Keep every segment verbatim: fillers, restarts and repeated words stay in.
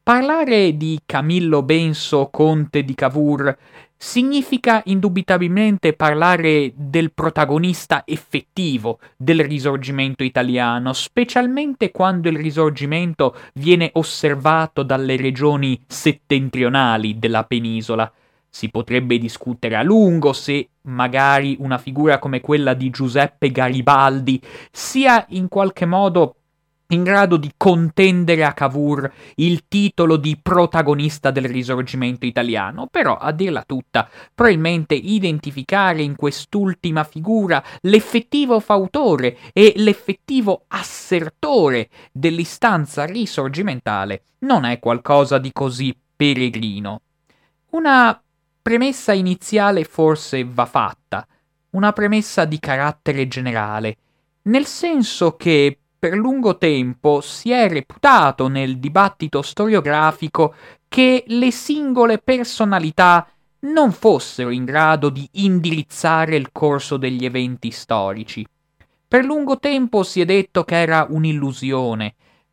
Parlare di Camillo Benso, conte di Cavour, significa indubitabilmente parlare del protagonista effettivo del Risorgimento italiano, specialmente quando il Risorgimento viene osservato dalle regioni settentrionali della penisola. Si potrebbe discutere a lungo se magari una figura come quella di Giuseppe Garibaldi sia in qualche modo in grado di contendere a Cavour il titolo di protagonista del Risorgimento italiano, però a dirla tutta, probabilmente identificare in quest'ultima figura l'effettivo fautore e l'effettivo assertore dell'istanza risorgimentale non è qualcosa di così peregrino. Una premessa iniziale forse va fatta, una premessa di carattere generale, nel senso che per lungo tempo si è reputato nel dibattito storiografico che le singole personalità non fossero in grado di indirizzare il corso degli eventi storici. Per lungo tempo si è detto che era un'illusione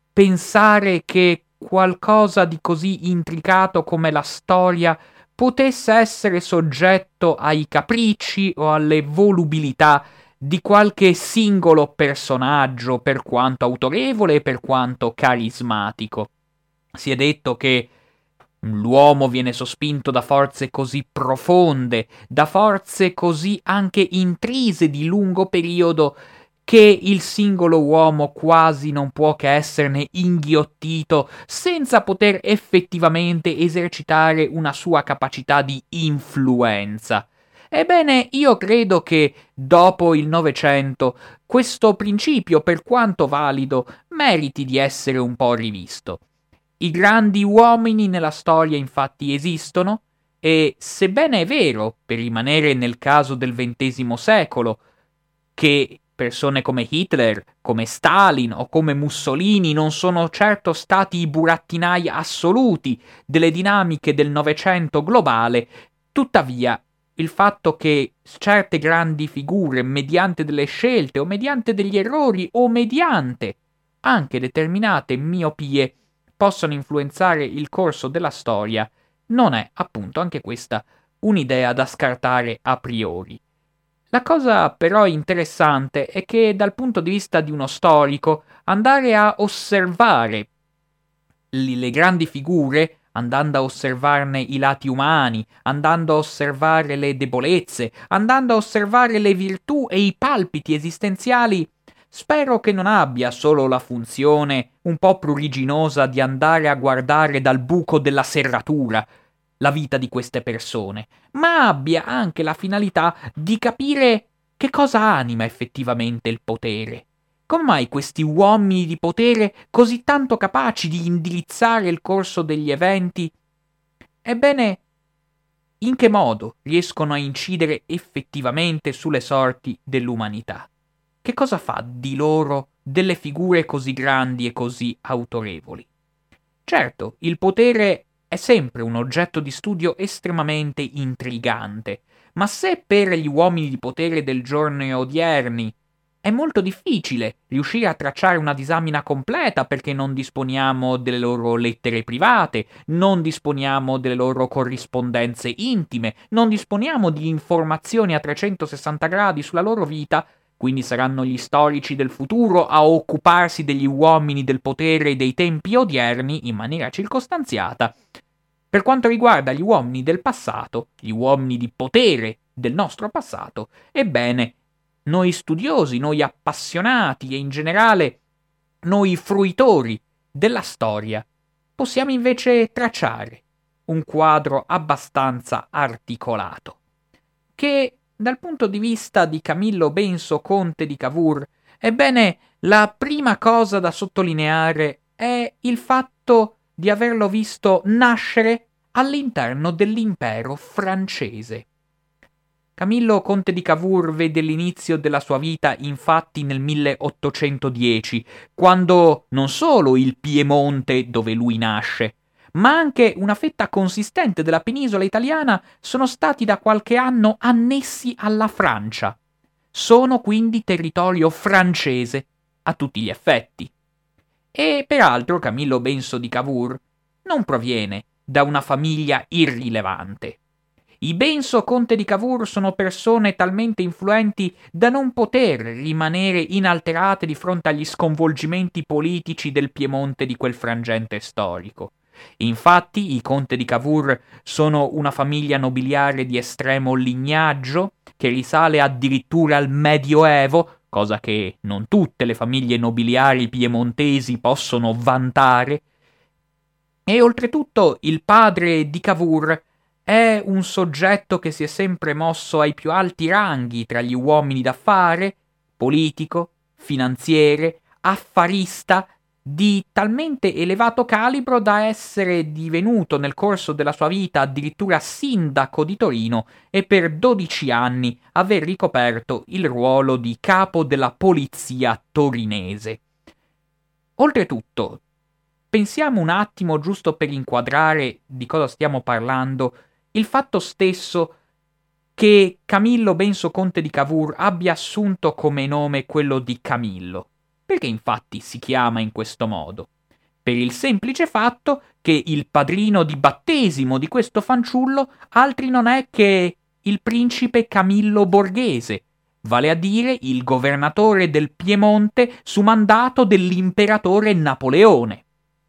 pensare che qualcosa di così intricato come la storia potesse essere soggetto ai capricci o alle volubilità di qualche singolo personaggio, per quanto autorevole e per quanto carismatico. Si è detto che l'uomo viene sospinto da forze così profonde, da forze così anche intrise di lungo periodo, che il singolo uomo quasi non può che esserne inghiottito senza poter effettivamente esercitare una sua capacità di influenza. Ebbene, io credo che dopo il Novecento questo principio, per quanto valido, meriti di essere un po' rivisto. I grandi uomini nella storia infatti esistono e, sebbene è vero, per rimanere nel caso del ventesimo secolo, che persone come Hitler, come Stalin o come Mussolini non sono certo stati i burattinai assoluti delle dinamiche del Novecento globale, tuttavia il fatto che certe grandi figure, mediante delle scelte o mediante degli errori o mediante anche determinate miopie, possono influenzare il corso della storia, non è appunto anche questa un'idea da scartare a priori. La cosa però interessante è che dal punto di vista di uno storico, andare a osservare le grandi figure, andando a osservarne i lati umani, andando a osservare le debolezze, andando a osservare le virtù e i palpiti esistenziali, spero che non abbia solo la funzione un po' pruriginosa di andare a guardare dal buco della serratura la vita di queste persone, ma abbia anche la finalità di capire che cosa anima effettivamente il potere. Come mai questi uomini di potere, così tanto capaci di indirizzare il corso degli eventi, ebbene, in che modo riescono a incidere effettivamente sulle sorti dell'umanità? Che cosa fa di loro delle figure così grandi e così autorevoli? Certo, il potere è sempre un oggetto di studio estremamente intrigante, ma se per gli uomini di potere del giorno odierni è molto difficile riuscire a tracciare una disamina completa perché non disponiamo delle loro lettere private, non disponiamo delle loro corrispondenze intime, non disponiamo di informazioni a trecentosessanta gradi sulla loro vita, quindi saranno gli storici del futuro a occuparsi degli uomini del potere dei tempi odierni in maniera circostanziata. Per quanto riguarda gli uomini del passato, gli uomini di potere del nostro passato, ebbene, noi studiosi, noi appassionati e in generale noi fruitori della storia, possiamo invece tracciare un quadro abbastanza articolato, che dal punto di vista di Camillo Benso, conte di Cavour, ebbene, la prima cosa da sottolineare è il fatto di averlo visto nascere all'interno dell'impero francese. Camillo conte di Cavour vede l'inizio della sua vita infatti nel milleottocentodieci, quando non solo il Piemonte, dove lui nasce, ma anche una fetta consistente della penisola italiana sono stati da qualche anno annessi alla Francia. Sono quindi territorio francese a tutti gli effetti. E peraltro Camillo Benso di Cavour non proviene da una famiglia irrilevante. I Benso conte di Cavour sono persone talmente influenti da non poter rimanere inalterate di fronte agli sconvolgimenti politici del Piemonte di quel frangente storico. Infatti i conte di Cavour sono una famiglia nobiliare di estremo lignaggio che risale addirittura al Medioevo, cosa che non tutte le famiglie nobiliari piemontesi possono vantare, e oltretutto il padre di Cavour è un soggetto che si è sempre mosso ai più alti ranghi tra gli uomini d'affare, politico, finanziere, affarista, di talmente elevato calibro da essere divenuto nel corso della sua vita addirittura sindaco di Torino e per dodici anni aver ricoperto il ruolo di capo della polizia torinese. Oltretutto, pensiamo un attimo, giusto per inquadrare di cosa stiamo parlando, il fatto stesso che Camillo Benso conte di Cavour abbia assunto come nome quello di Camillo. Perché infatti si chiama in questo modo? Per il semplice fatto che il padrino di battesimo di questo fanciullo altri non è che il principe Camillo Borghese, vale a dire il governatore del Piemonte su mandato dell'imperatore Napoleone.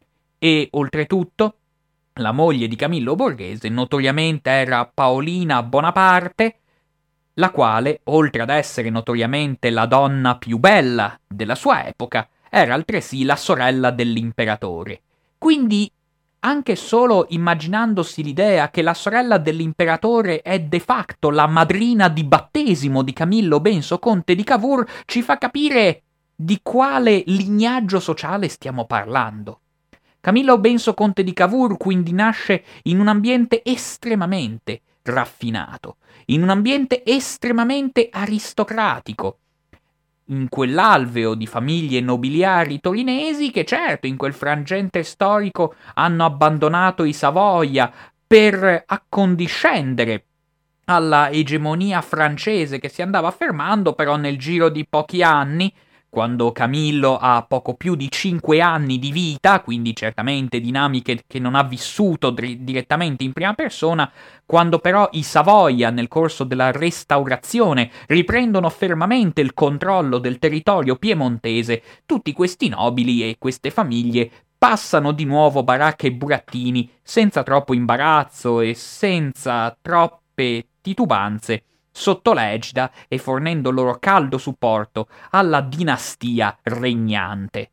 E oltretutto la moglie di Camillo Borghese notoriamente era Paolina Bonaparte, la quale, oltre ad essere notoriamente la donna più bella della sua epoca, era altresì la sorella dell'imperatore. Quindi, anche solo immaginandosi l'idea che la sorella dell'imperatore è de facto la madrina di battesimo di Camillo Benso conte di Cavour, ci fa capire di quale lignaggio sociale stiamo parlando. Camillo Benso conte di Cavour quindi nasce in un ambiente estremamente raffinato, in un ambiente estremamente aristocratico, in quell'alveo di famiglie nobiliari torinesi che certo in quel frangente storico hanno abbandonato i Savoia per accondiscendere alla egemonia francese che si andava affermando, però nel giro di pochi anni, quando Camillo ha poco più di cinque anni di vita, quindi certamente dinamiche che non ha vissuto dri- direttamente in prima persona, quando però i Savoia nel corso della restaurazione riprendono fermamente il controllo del territorio piemontese, tutti questi nobili e queste famiglie passano di nuovo baracca e burattini senza troppo imbarazzo e senza troppe titubanze, sotto l'egida e fornendo loro caldo supporto alla dinastia regnante.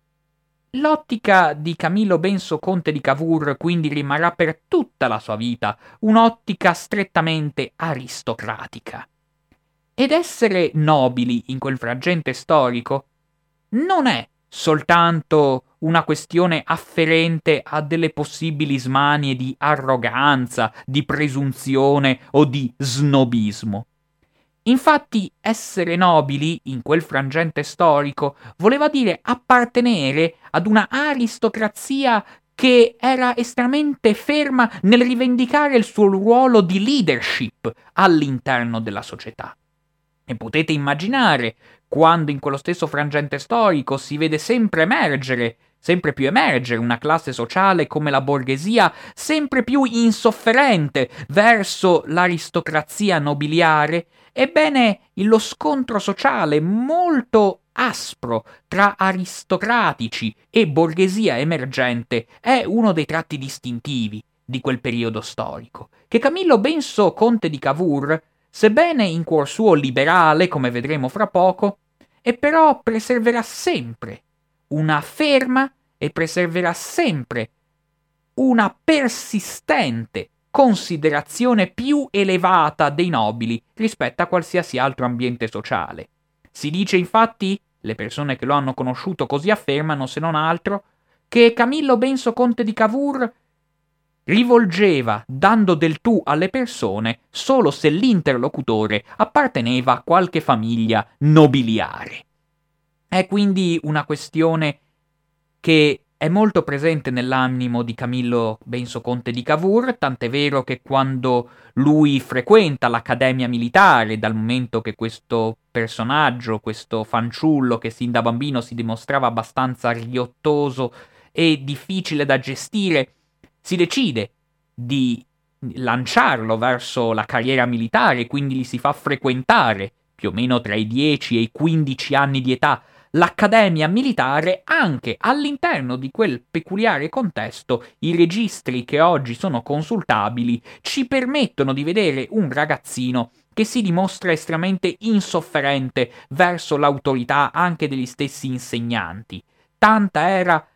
L'ottica di Camillo Benso conte di Cavour quindi rimarrà per tutta la sua vita un'ottica strettamente aristocratica. Ed essere nobili in quel frangente storico non è soltanto una questione afferente a delle possibili smanie di arroganza, di presunzione o di snobismo. Infatti, essere nobili in quel frangente storico voleva dire appartenere ad una aristocrazia che era estremamente ferma nel rivendicare il suo ruolo di leadership all'interno della società. E potete immaginare quando in quello stesso frangente storico si vede sempre emergere, sempre più emergere una classe sociale come la borghesia, sempre più insofferente verso l'aristocrazia nobiliare, ebbene lo scontro sociale molto aspro tra aristocratici e borghesia emergente è uno dei tratti distintivi di quel periodo storico, che Camillo Benso conte di Cavour, sebbene in cuor suo liberale, come vedremo fra poco, e però preserverà sempre una ferma e preserverà sempre una persistente considerazione più elevata dei nobili rispetto a qualsiasi altro ambiente sociale. Si dice infatti, le persone che lo hanno conosciuto così affermano, se non altro, che Camillo Benso conte di Cavour rivolgeva, dando del tu alle persone, solo se l'interlocutore apparteneva a qualche famiglia nobiliare. È quindi una questione che è molto presente nell'animo di Camillo Benso conte di Cavour, tant'è vero che quando lui frequenta l'accademia militare, dal momento che questo personaggio, questo fanciullo che sin da bambino si dimostrava abbastanza riottoso e difficile da gestire, si decide di lanciarlo verso la carriera militare, quindi gli si fa frequentare, più o meno tra i dieci e i quindici anni di età, l'accademia militare. Anche all'interno di quel peculiare contesto, i registri che oggi sono consultabili ci permettono di vedere un ragazzino che si dimostra estremamente insofferente verso l'autorità anche degli stessi insegnanti. Tanta era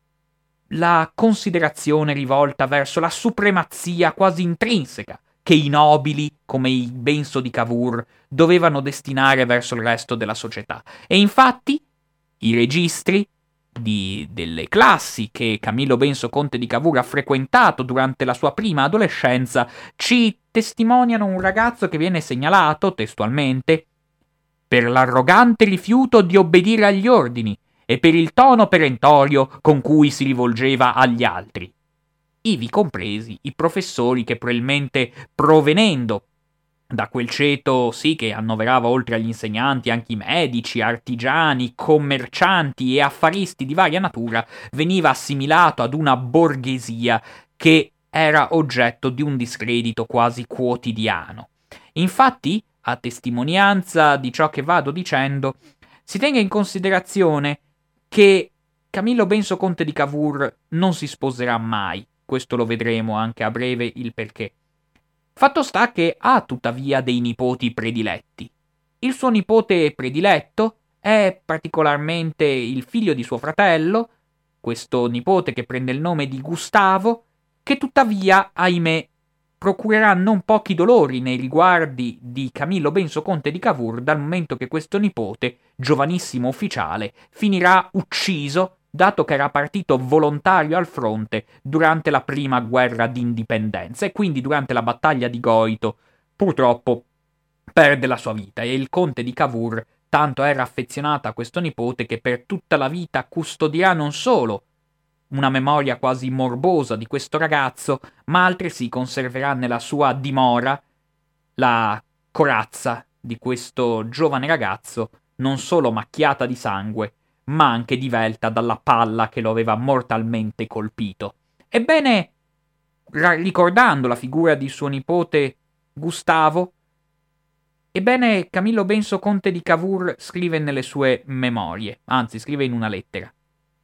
la considerazione rivolta verso la supremazia quasi intrinseca che i nobili, come i Benso di Cavour, dovevano destinare verso il resto della società. E infatti i registri di, delle classi che Camillo Benso Conte di Cavour ha frequentato durante la sua prima adolescenza ci testimoniano un ragazzo che viene segnalato testualmente per l'arrogante rifiuto di obbedire agli ordini e per il tono perentorio con cui si rivolgeva agli altri, ivi compresi i professori che probabilmente, provenendo da quel ceto sì che annoverava oltre agli insegnanti anche i medici, artigiani, commercianti e affaristi di varia natura, veniva assimilato ad una borghesia che era oggetto di un discredito quasi quotidiano. Infatti, a testimonianza di ciò che vado dicendo, si tenga in considerazione che Camillo Benso Conte di Cavour non si sposerà mai. Questo lo vedremo anche a breve il perché. Fatto sta che ha tuttavia dei nipoti prediletti. Il suo nipote prediletto è particolarmente il figlio di suo fratello, questo nipote che prende il nome di Gustavo, che tuttavia, ahimè, procurerà non pochi dolori nei riguardi di Camillo Benso Conte di Cavour, dal momento che questo nipote, giovanissimo ufficiale, finirà ucciso, dato che era partito volontario al fronte durante la prima guerra d'indipendenza e quindi durante la battaglia di Goito purtroppo perde la sua vita. E il conte di Cavour tanto era affezionato a questo nipote che per tutta la vita custodirà non solo una memoria quasi morbosa di questo ragazzo, ma altresì conserverà nella sua dimora la corazza di questo giovane ragazzo, non solo macchiata di sangue, ma anche divelta dalla palla che lo aveva mortalmente colpito. Ebbene, ricordando la figura di suo nipote Gustavo, ebbene Camillo Benso Conte di Cavour scrive nelle sue memorie, anzi scrive in una lettera: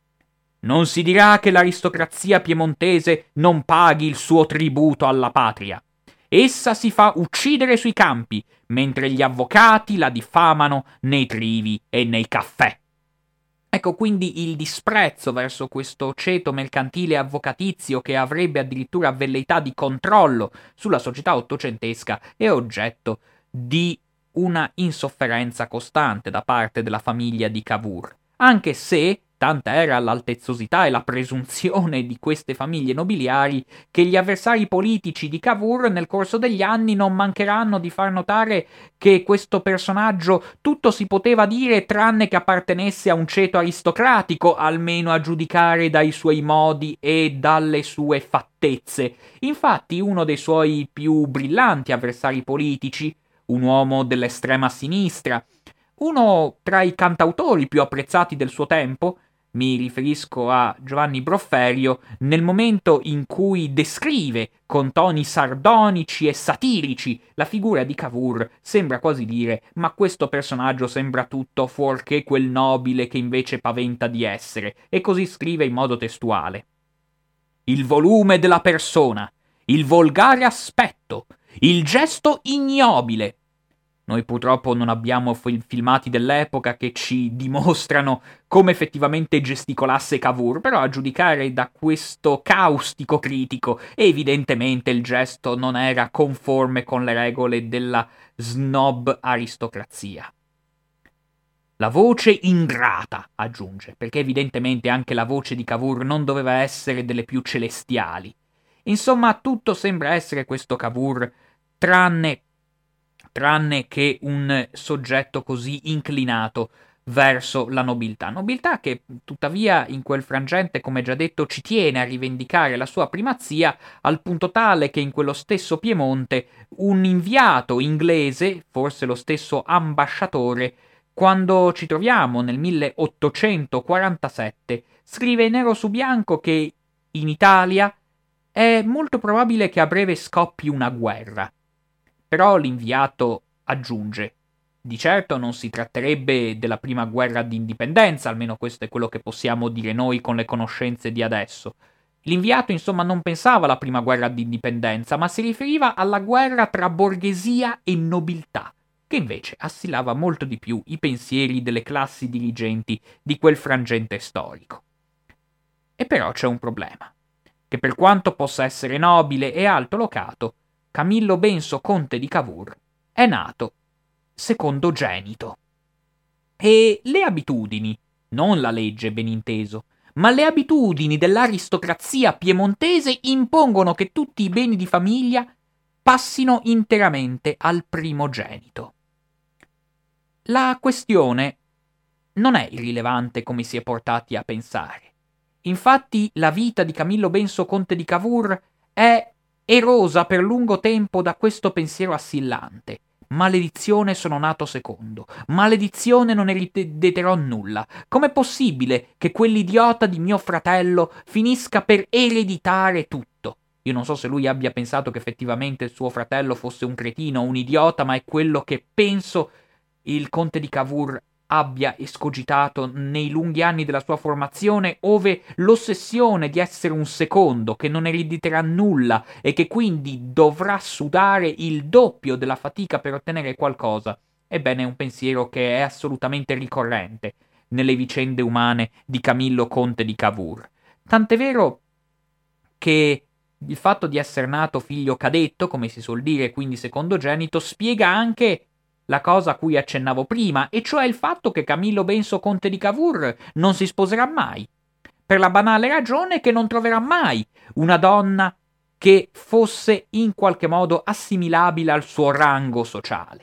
non si dirà che l'aristocrazia piemontese non paghi il suo tributo alla patria. Essa si fa uccidere sui campi, mentre gli avvocati la diffamano nei trivi e nei caffè. Ecco quindi il disprezzo verso questo ceto mercantile avvocatizio che avrebbe addirittura velleità di controllo sulla società ottocentesca è oggetto di una insofferenza costante da parte della famiglia di Cavour, anche se tanta era l'altezzosità e la presunzione di queste famiglie nobiliari che gli avversari politici di Cavour nel corso degli anni non mancheranno di far notare che questo personaggio tutto si poteva dire tranne che appartenesse a un ceto aristocratico, almeno a giudicare dai suoi modi e dalle sue fattezze. Infatti uno dei suoi più brillanti avversari politici, un uomo dell'estrema sinistra, uno tra i cantautori più apprezzati del suo tempo, mi riferisco a Giovanni Brofferio, nel momento in cui descrive con toni sardonici e satirici la figura di Cavour, sembra quasi dire: ma questo personaggio sembra tutto fuorché quel nobile che invece paventa di essere, e così scrive in modo testuale: il volume della persona, il volgare aspetto, il gesto ignobile. Noi purtroppo non abbiamo fil- filmati dell'epoca che ci dimostrano come effettivamente gesticolasse Cavour, però a giudicare da questo caustico critico, evidentemente il gesto non era conforme con le regole della snob aristocrazia. La voce ingrata, aggiunge, perché evidentemente anche la voce di Cavour non doveva essere delle più celestiali. Insomma, tutto sembra essere questo Cavour, tranne tranne che un soggetto così inclinato verso la nobiltà. Nobiltà che tuttavia in quel frangente, come già detto, ci tiene a rivendicare la sua primazia, al punto tale che in quello stesso Piemonte un inviato inglese, forse lo stesso ambasciatore, quando ci troviamo nel milleottocentoquarantasette, scrive nero su bianco che in Italia è molto probabile che a breve scoppi una guerra. Però l'inviato aggiunge: di certo non si tratterebbe della prima guerra d'indipendenza, almeno questo è quello che possiamo dire noi con le conoscenze di adesso. L'inviato, insomma, non pensava alla prima guerra d'indipendenza, ma si riferiva alla guerra tra borghesia e nobiltà, che invece assillava molto di più i pensieri delle classi dirigenti di quel frangente storico. E però c'è un problema, che per quanto possa essere nobile e altolocato, Camillo Benso, conte di Cavour, è nato secondogenito. E le abitudini, non la legge ben inteso, ma le abitudini dell'aristocrazia piemontese impongono che tutti i beni di famiglia passino interamente al primogenito. La questione non è irrilevante come si è portati a pensare. Infatti la vita di Camillo Benso, conte di Cavour, è erosa per lungo tempo da questo pensiero assillante. Maledizione, sono nato secondo. Maledizione, non erediterò nulla. Com'è possibile che quell'idiota di mio fratello finisca per ereditare tutto? Io non so se lui abbia pensato che effettivamente il suo fratello fosse un cretino o un idiota, ma è quello che penso il conte di Cavour abbia escogitato nei lunghi anni della sua formazione, ove l'ossessione di essere un secondo che non erediterà nulla e che quindi dovrà sudare il doppio della fatica per ottenere qualcosa, ebbene è un pensiero che è assolutamente ricorrente nelle vicende umane di Camillo, conte di Cavour. Tant'è vero che il fatto di essere nato figlio cadetto, come si suol dire, quindi secondogenito, spiega anche la cosa a cui accennavo prima, e cioè il fatto che Camillo Benso, conte di Cavour, non si sposerà mai, per la banale ragione che non troverà mai una donna che fosse in qualche modo assimilabile al suo rango sociale.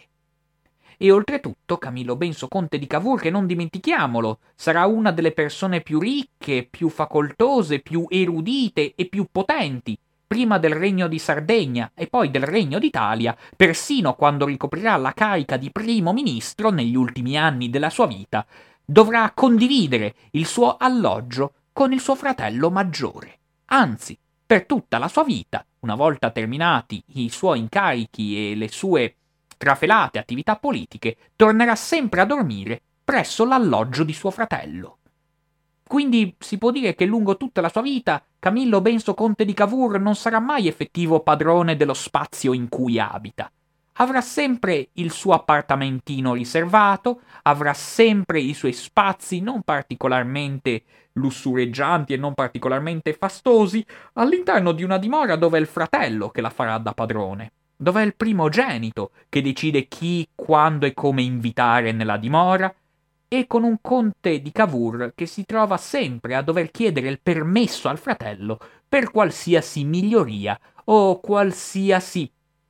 E oltretutto Camillo Benso, conte di Cavour, che non dimentichiamolo, sarà una delle persone più ricche, più facoltose, più erudite e più potenti prima del Regno di Sardegna e poi del Regno d'Italia, persino quando ricoprirà la carica di primo ministro negli ultimi anni della sua vita, dovrà condividere il suo alloggio con il suo fratello maggiore. Anzi, per tutta la sua vita, una volta terminati i suoi incarichi e le sue trafelate attività politiche, tornerà sempre a dormire presso l'alloggio di suo fratello. Quindi si può dire che lungo tutta la sua vita Camillo Benso, conte di Cavour, non sarà mai effettivo padrone dello spazio in cui abita. Avrà sempre il suo appartamentino riservato, avrà sempre i suoi spazi non particolarmente lussureggianti e non particolarmente fastosi all'interno di una dimora dove è il fratello che la farà da padrone, dove è il primogenito che decide chi, quando e come invitare nella dimora, e con un conte di Cavour che si trova sempre a dover chiedere il permesso al fratello per qualsiasi miglioria o qualsiasi,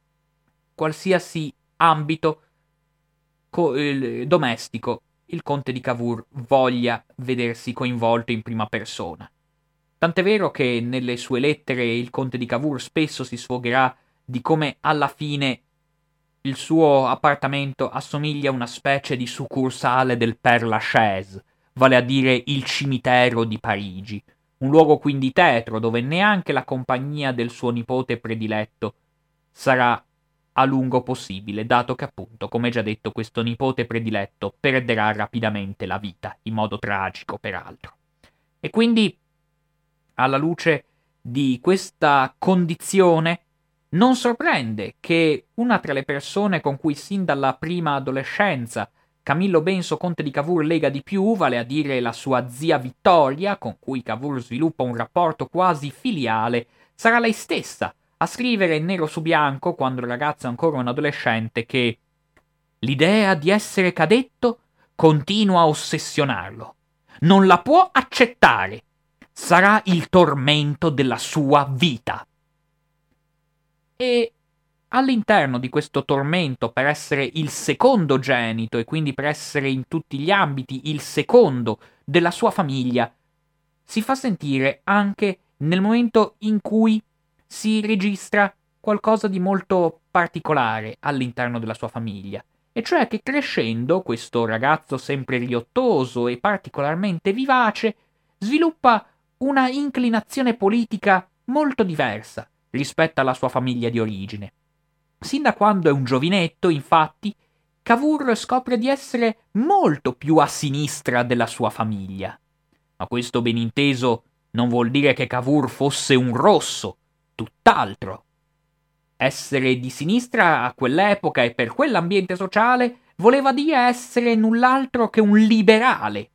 qualsiasi ambito co- eh, domestico il conte di Cavour voglia vedersi coinvolto in prima persona. Tant'è vero che nelle sue lettere il conte di Cavour spesso si sfogherà di come alla fine il suo appartamento assomiglia a una specie di succursale del Père Lachaise, vale a dire il cimitero di Parigi, un luogo quindi tetro dove neanche la compagnia del suo nipote prediletto sarà a lungo possibile, dato che appunto, come già detto, questo nipote prediletto perderà rapidamente la vita, in modo tragico peraltro. E quindi, alla luce di questa condizione, non sorprende che una tra le persone con cui sin dalla prima adolescenza Camillo Benso, conte di Cavour, lega di più, vale a dire la sua zia Vittoria, con cui Cavour sviluppa un rapporto quasi filiale, sarà lei stessa a scrivere nero su bianco, quando il ragazzo è ancora un adolescente, che l'idea di essere cadetto continua a ossessionarlo. Non la può accettare. Sarà il tormento della sua vita. E all'interno di questo tormento per essere il secondogenito e quindi per essere in tutti gli ambiti il secondo della sua famiglia, si fa sentire anche nel momento in cui si registra qualcosa di molto particolare all'interno della sua famiglia, e cioè che crescendo questo ragazzo sempre riottoso e particolarmente vivace sviluppa una inclinazione politica molto diversa rispetto alla sua famiglia di origine. Sin da quando è un giovinetto, infatti, Cavour scopre di essere molto più a sinistra della sua famiglia. Ma questo ben inteso non vuol dire che Cavour fosse un rosso, tutt'altro. Essere di sinistra a quell'epoca e per quell'ambiente sociale voleva dire essere null'altro che un liberale.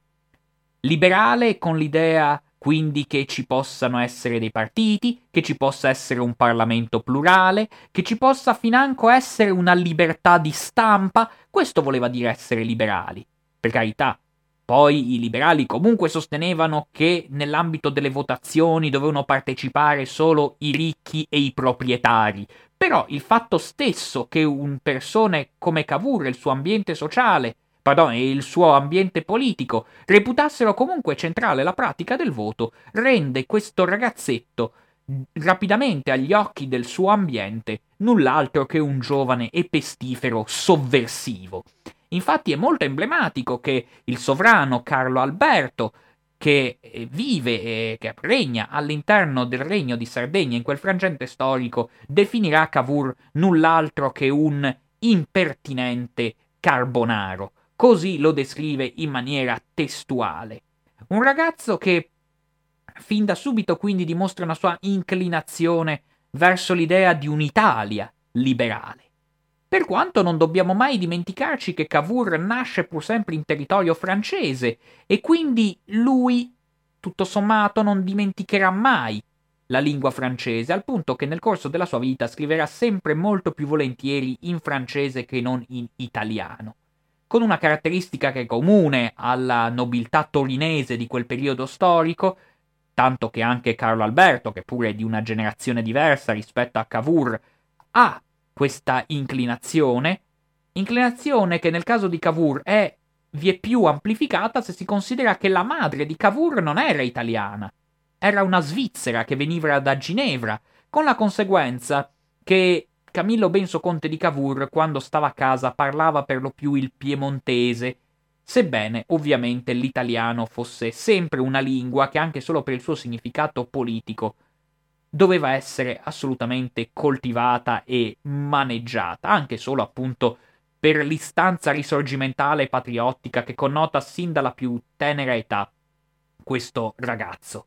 Liberale con l'idea quindi che ci possano essere dei partiti, che ci possa essere un Parlamento plurale, che ci possa financo essere una libertà di stampa. Questo voleva dire essere liberali. Per carità. Poi i liberali comunque sostenevano che nell'ambito delle votazioni dovevano partecipare solo i ricchi e i proprietari. Però il fatto stesso che un persone come Cavour e il suo ambiente sociale, pardon, e il suo ambiente politico reputassero comunque centrale la pratica del voto, rende questo ragazzetto rapidamente agli occhi del suo ambiente null'altro che un giovane e pestifero sovversivo. Infatti è molto emblematico che il sovrano Carlo Alberto, che vive e che regna all'interno del regno di Sardegna in quel frangente storico, definirà Cavour null'altro che un impertinente carbonaro. Così lo descrive in maniera testuale. Un ragazzo che fin da subito quindi dimostra una sua inclinazione verso l'idea di un'Italia liberale. Per quanto non dobbiamo mai dimenticarci che Cavour nasce pur sempre in territorio francese e quindi lui, tutto sommato, non dimenticherà mai la lingua francese, al punto che nel corso della sua vita scriverà sempre molto più volentieri in francese che non in italiano. Con una caratteristica che è comune alla nobiltà torinese di quel periodo storico, tanto che anche Carlo Alberto, che pure è di una generazione diversa rispetto a Cavour, ha questa inclinazione, inclinazione che nel caso di Cavour è vieppiù amplificata se si considera che la madre di Cavour non era italiana, era una svizzera che veniva da Ginevra, con la conseguenza che Camillo Benso conte di Cavour, quando stava a casa, parlava per lo più il piemontese, sebbene ovviamente l'italiano fosse sempre una lingua che anche solo per il suo significato politico doveva essere assolutamente coltivata e maneggiata, anche solo appunto per l'istanza risorgimentale e patriottica che connota sin dalla più tenera età questo ragazzo.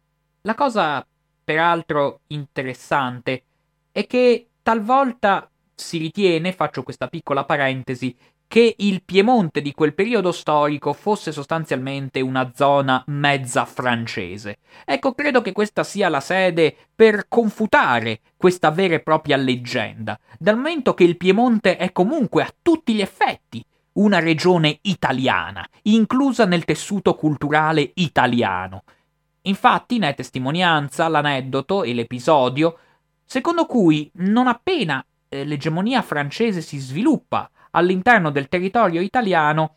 La cosa peraltro interessante è che talvolta si ritiene, faccio questa piccola parentesi, che il Piemonte di quel periodo storico fosse sostanzialmente una zona mezza francese. Ecco, credo che questa sia la sede per confutare questa vera e propria leggenda, dal momento che il Piemonte è comunque a tutti gli effetti una regione italiana, inclusa nel tessuto culturale italiano. Infatti ne è testimonianza l'aneddoto e l'episodio secondo cui non appena eh, l'egemonia francese si sviluppa all'interno del territorio italiano,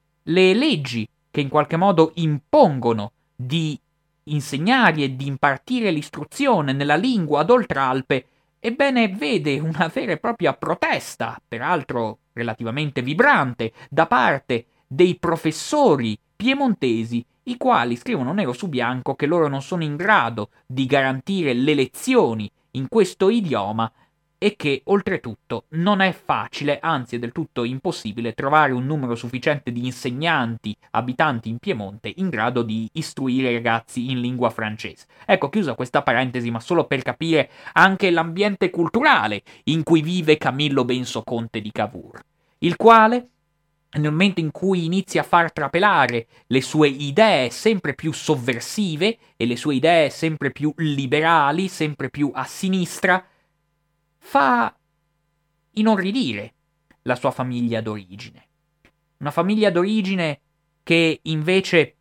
le leggi che in qualche modo impongono di insegnare e di impartire l'istruzione nella lingua ad Oltralpe, ebbene vede una vera e propria protesta, peraltro relativamente vibrante, da parte dei professori piemontesi, i quali scrivono nero su bianco che loro non sono in grado di garantire le lezioni in questo idioma e che oltretutto non è facile, anzi è del tutto impossibile, trovare un numero sufficiente di insegnanti abitanti in Piemonte in grado di istruire i ragazzi in lingua francese. Ecco, chiusa questa parentesi, ma solo per capire anche l'ambiente culturale in cui vive Camillo Benso conte di Cavour, il quale, nel momento in cui inizia a far trapelare le sue idee sempre più sovversive e le sue idee sempre più liberali, sempre più a sinistra, fa inorridire la sua famiglia d'origine. Una famiglia d'origine che invece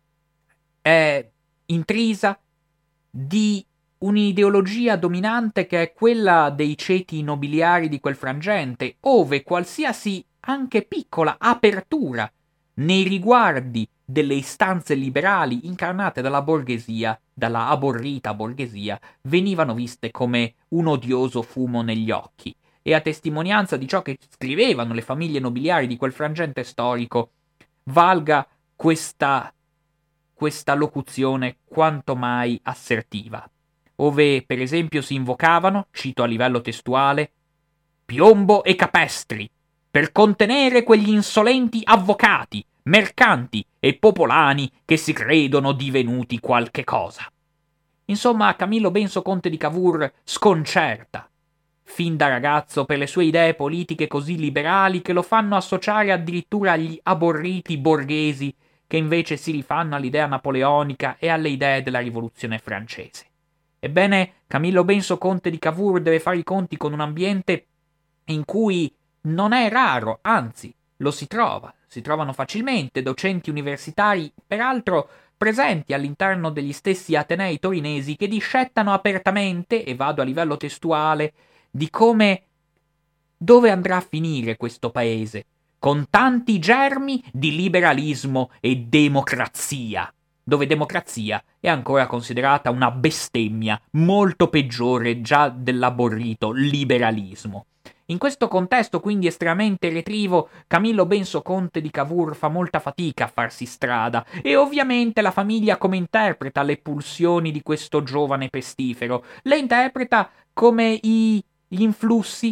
è intrisa di un'ideologia dominante che è quella dei ceti nobiliari di quel frangente, ove qualsiasi anche piccola apertura nei riguardi delle istanze liberali incarnate dalla borghesia, dalla aborrita borghesia, venivano viste come un odioso fumo negli occhi. E a testimonianza di ciò che scrivevano le famiglie nobiliari di quel frangente storico, valga questa, questa locuzione quanto mai assertiva. ove per esempio si invocavano, cito a livello testuale, piombo e capestri, per contenere quegli insolenti avvocati, mercanti e popolani che si credono divenuti qualche cosa. Insomma, Camillo Benso Conte di Cavour sconcerta, fin da ragazzo, per le sue idee politiche così liberali che lo fanno associare addirittura agli aborriti borghesi che invece si rifanno all'idea napoleonica e alle idee della rivoluzione francese. Ebbene, Camillo Benso Conte di Cavour deve fare i conti con un ambiente in cui non è raro, anzi, lo si trova, si trovano facilmente docenti universitari, peraltro presenti all'interno degli stessi atenei torinesi, che discettano apertamente, e vado a livello testuale, di come dove andrà a finire questo paese, con tanti germi di liberalismo e democrazia, dove democrazia è ancora considerata una bestemmia molto peggiore già dell'aborrito liberalismo. In questo contesto quindi estremamente retrivo, Camillo Benso Conte di Cavour fa molta fatica a farsi strada, e ovviamente la famiglia come interpreta le pulsioni di questo giovane pestifero? Le interpreta come i, gli influssi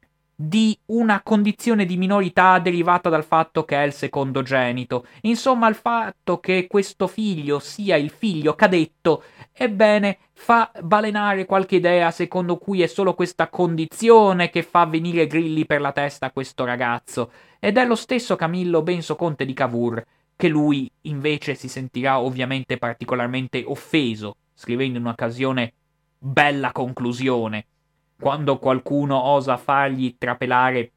di una condizione di minorità derivata dal fatto che è il secondogenito. Insomma, il fatto che questo figlio sia il figlio cadetto, ebbene, fa balenare qualche idea secondo cui è solo questa condizione che fa venire grilli per la testa a questo ragazzo. Ed è lo stesso Camillo Benso Conte di Cavour che lui invece si sentirà ovviamente particolarmente offeso, scrivendo in un'occasione bella conclusione, quando qualcuno osa fargli trapelare,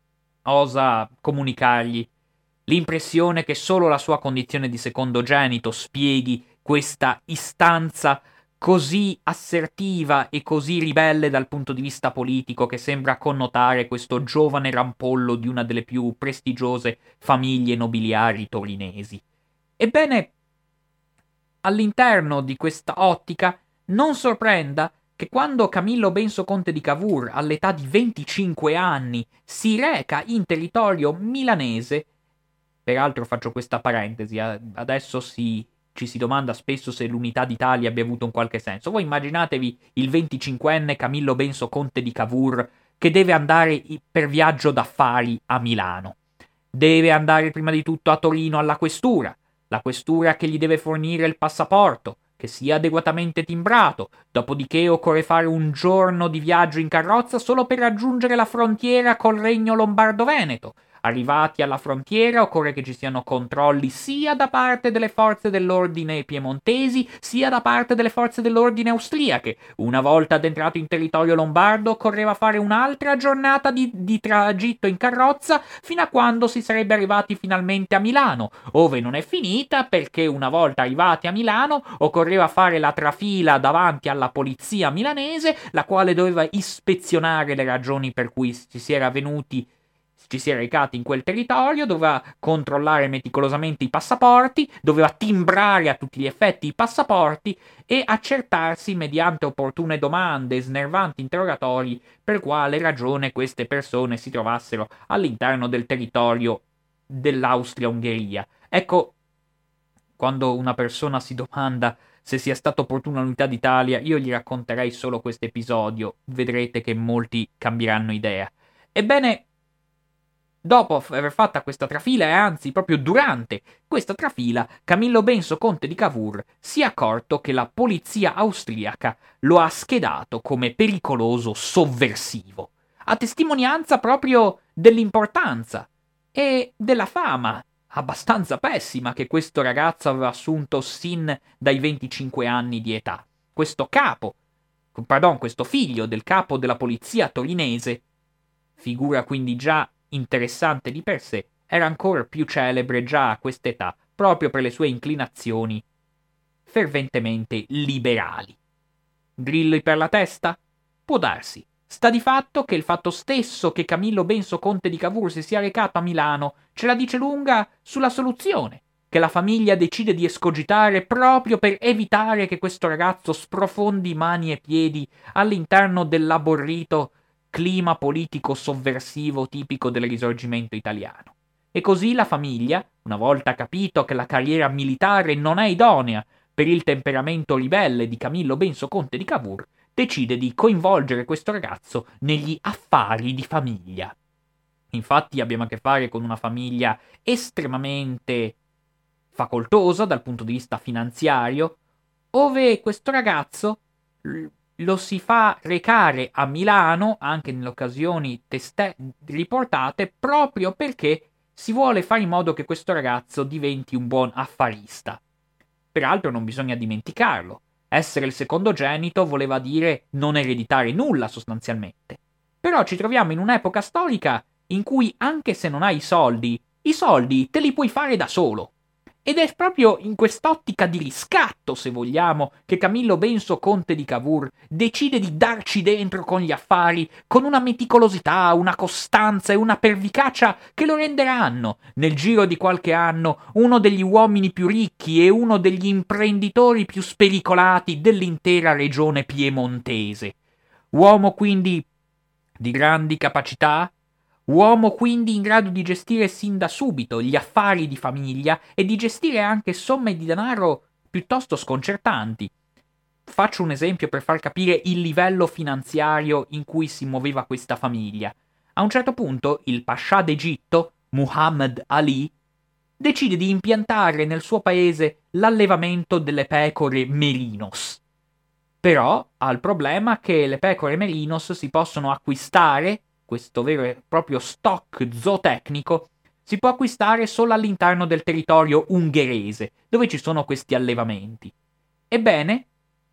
osa comunicargli l'impressione che solo la sua condizione di secondogenito spieghi questa istanza così assertiva e così ribelle dal punto di vista politico che sembra connotare questo giovane rampollo di una delle più prestigiose famiglie nobiliari torinesi. Ebbene, all'interno di questa ottica non sorprenda che quando Camillo Benso Conte di Cavour, all'età di venticinque anni, si reca in territorio milanese, peraltro faccio questa parentesi, adesso si, ci si domanda spesso se l'unità d'Italia abbia avuto un qualche senso. Voi immaginatevi il venticinquenne Camillo Benso Conte di Cavour che deve andare per viaggio d'affari a Milano. Deve andare prima di tutto a Torino alla questura, la questura che gli deve fornire il passaporto, che sia adeguatamente timbrato, dopodiché occorre fare un giorno di viaggio in carrozza solo per raggiungere la frontiera col Regno Lombardo-Veneto. Arrivati alla frontiera occorre che ci siano controlli sia da parte delle forze dell'ordine piemontesi sia da parte delle forze dell'ordine austriache. Una volta addentrato in territorio lombardo occorreva fare un'altra giornata di, di tragitto in carrozza fino a quando si sarebbe arrivati finalmente a Milano, ove non è finita perché una volta arrivati a Milano occorreva fare la trafila davanti alla polizia milanese, la quale doveva ispezionare le ragioni per cui ci si era venuti ci si è recati in quel territorio, doveva controllare meticolosamente i passaporti, doveva timbrare a tutti gli effetti i passaporti e accertarsi mediante opportune domande e snervanti interrogatori per quale ragione queste persone si trovassero all'interno del territorio dell'Austria-Ungheria. Ecco, quando una persona si domanda se sia stata opportuna l'unità d'Italia, io gli racconterei solo questo episodio, vedrete che molti cambieranno idea. Ebbene, dopo aver fatta questa trafila, e anzi proprio durante questa trafila, Camillo Benso Conte di Cavour si è accorto che la polizia austriaca lo ha schedato come pericoloso sovversivo, a testimonianza proprio dell'importanza e della fama abbastanza pessima che questo ragazzo aveva assunto sin dai venticinque anni di età. Questo capo, pardon, questo figlio del capo della polizia torinese, figura quindi già interessante di per sé, era ancora più celebre già a quest'età proprio per le sue inclinazioni ferventemente liberali. Grilli per la testa? Può darsi. Sta di fatto che il fatto stesso che Camillo Benso Conte di Cavour si sia recato a Milano ce la dice lunga sulla soluzione che la famiglia decide di escogitare proprio per evitare che questo ragazzo sprofondi mani e piedi all'interno dell'aborrito clima politico sovversivo tipico del risorgimento italiano. E così la famiglia, una volta capito che la carriera militare non è idonea per il temperamento ribelle di Camillo Benso conte di Cavour, decide di coinvolgere questo ragazzo negli affari di famiglia. Infatti abbiamo a che fare con una famiglia estremamente facoltosa dal punto di vista finanziario, ove questo ragazzo lo si fa recare a Milano, anche nelle occasioni testé riportate, proprio perché si vuole fare in modo che questo ragazzo diventi un buon affarista. Peraltro non bisogna dimenticarlo, essere il secondogenito voleva dire non ereditare nulla sostanzialmente. Però ci troviamo in un'epoca storica in cui anche se non hai i soldi, i soldi te li puoi fare da solo. Ed è proprio in quest'ottica di riscatto, se vogliamo, che Camillo Benso conte di Cavour decide di darci dentro con gli affari, con una meticolosità, una costanza e una pervicacia che lo renderanno, nel giro di qualche anno, uno degli uomini più ricchi e uno degli imprenditori più spericolati dell'intera regione piemontese. Uomo quindi di grandi capacità, uomo quindi in grado di gestire sin da subito gli affari di famiglia e di gestire anche somme di denaro piuttosto sconcertanti. Faccio un esempio per far capire il livello finanziario in cui si muoveva questa famiglia. A un certo punto il pascià d'Egitto, Muhammad Ali, decide di impiantare nel suo paese l'allevamento delle pecore merinos. Però ha il problema che le pecore merinos si possono acquistare, questo vero e proprio stock zootecnico, si può acquistare solo all'interno del territorio ungherese, dove ci sono questi allevamenti. Ebbene,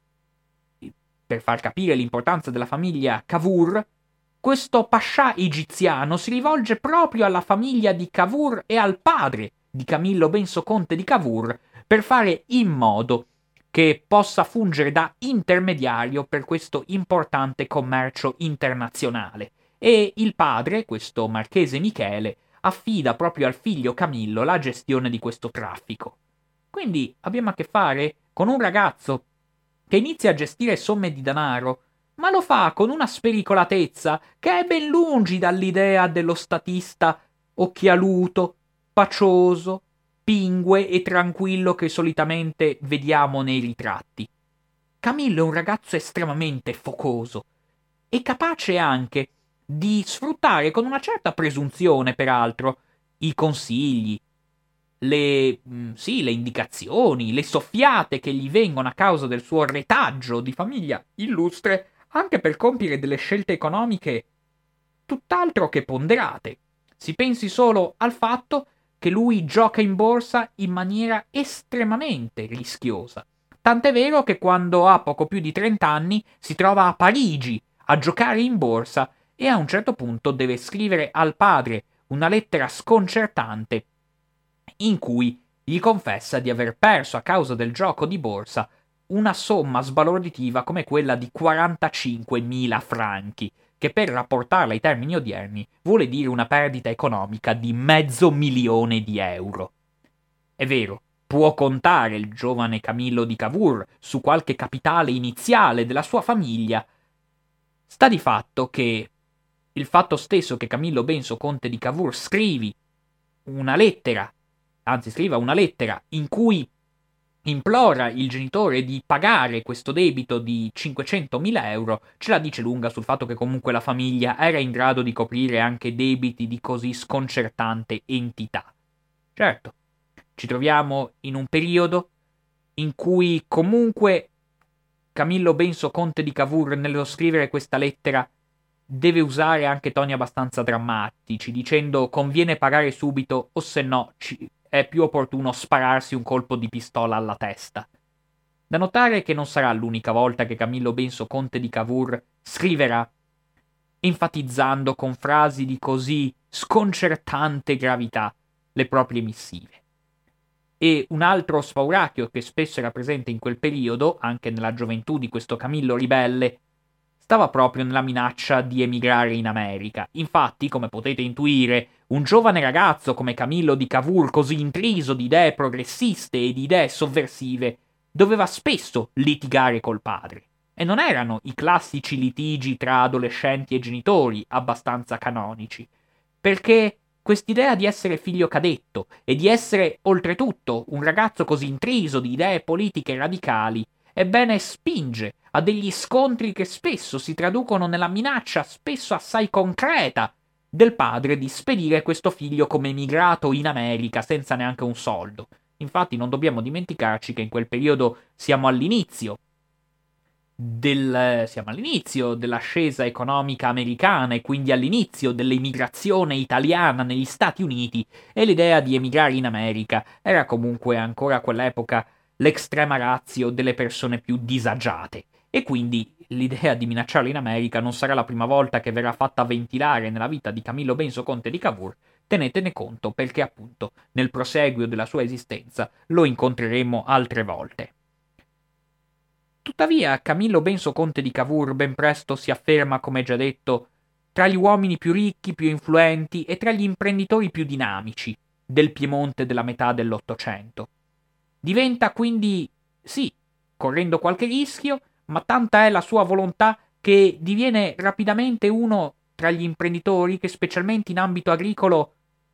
per far capire l'importanza della famiglia Cavour, questo pascià egiziano si rivolge proprio alla famiglia di Cavour e al padre di Camillo Benso conte di Cavour per fare in modo che possa fungere da intermediario per questo importante commercio internazionale. E il padre, questo marchese Michele, affida proprio al figlio Camillo la gestione di questo traffico. Quindi abbiamo a che fare con un ragazzo che inizia a gestire somme di denaro, ma lo fa con una spericolatezza che è ben lungi dall'idea dello statista occhialuto, pacioso, pingue e tranquillo che solitamente vediamo nei ritratti. Camillo è un ragazzo estremamente focoso e capace anche di sfruttare con una certa presunzione, peraltro, i consigli, le, mh, sì, le indicazioni, le soffiate che gli vengono a causa del suo retaggio di famiglia illustre, anche per compiere delle scelte economiche tutt'altro che ponderate. Si pensi solo al fatto che lui gioca in borsa in maniera estremamente rischiosa. Tant'è vero che quando ha poco più di trenta anni si trova a Parigi a giocare in borsa e a un certo punto deve scrivere al padre una lettera sconcertante in cui gli confessa di aver perso a causa del gioco di borsa una somma sbalorditiva come quella di quarantacinquemila franchi, che per rapportarla ai termini odierni vuole dire una perdita economica di mezzo milione di euro. È vero, può contare il giovane Camillo di Cavour su qualche capitale iniziale della sua famiglia. Sta di fatto che il fatto stesso che Camillo Benso conte di Cavour scrivi una lettera, anzi scriva una lettera in cui implora il genitore di pagare questo debito di cinquecentomila euro, ce la dice lunga sul fatto che comunque la famiglia era in grado di coprire anche debiti di così sconcertante entità. Certo, ci troviamo in un periodo in cui comunque Camillo Benso conte di Cavour, nello scrivere questa lettera, deve usare anche toni abbastanza drammatici, dicendo conviene pagare subito o se no ci è più opportuno spararsi un colpo di pistola alla testa. Da notare che non sarà l'unica volta che Camillo Benso conte di Cavour scriverà, enfatizzando con frasi di così sconcertante gravità le proprie missive. E un altro spauracchio che spesso era presente in quel periodo, anche nella gioventù di questo Camillo ribelle, stava proprio nella minaccia di emigrare in America. Infatti, come potete intuire, un giovane ragazzo come Camillo di Cavour, così intriso di idee progressiste e di idee sovversive, doveva spesso litigare col padre. E non erano i classici litigi tra adolescenti e genitori, abbastanza canonici, perché quest'idea di essere figlio cadetto e di essere, oltretutto, un ragazzo così intriso di idee politiche radicali, ebbene spinge a degli scontri che spesso si traducono nella minaccia, spesso assai concreta, del padre di spedire questo figlio come emigrato in America senza neanche un soldo. Infatti non dobbiamo dimenticarci che in quel periodo siamo all'inizio del, siamo all'inizio dell'ascesa economica americana e quindi all'inizio dell'emigrazione italiana negli Stati Uniti, e l'idea di emigrare in America era comunque ancora a quell'epoca l'extrema ratio delle persone più disagiate, e quindi l'idea di minacciarlo in America non sarà la prima volta che verrà fatta ventilare nella vita di Camillo Benso conte di Cavour. Tenetene conto, perché appunto nel proseguio della sua esistenza lo incontreremo altre volte. Tuttavia Camillo Benso conte di Cavour ben presto si afferma, come già detto, tra gli uomini più ricchi, più influenti e tra gli imprenditori più dinamici del Piemonte della metà dell'Ottocento. Diventa quindi, sì, correndo qualche rischio, ma tanta è la sua volontà che diviene rapidamente uno tra gli imprenditori che, specialmente in ambito agricolo,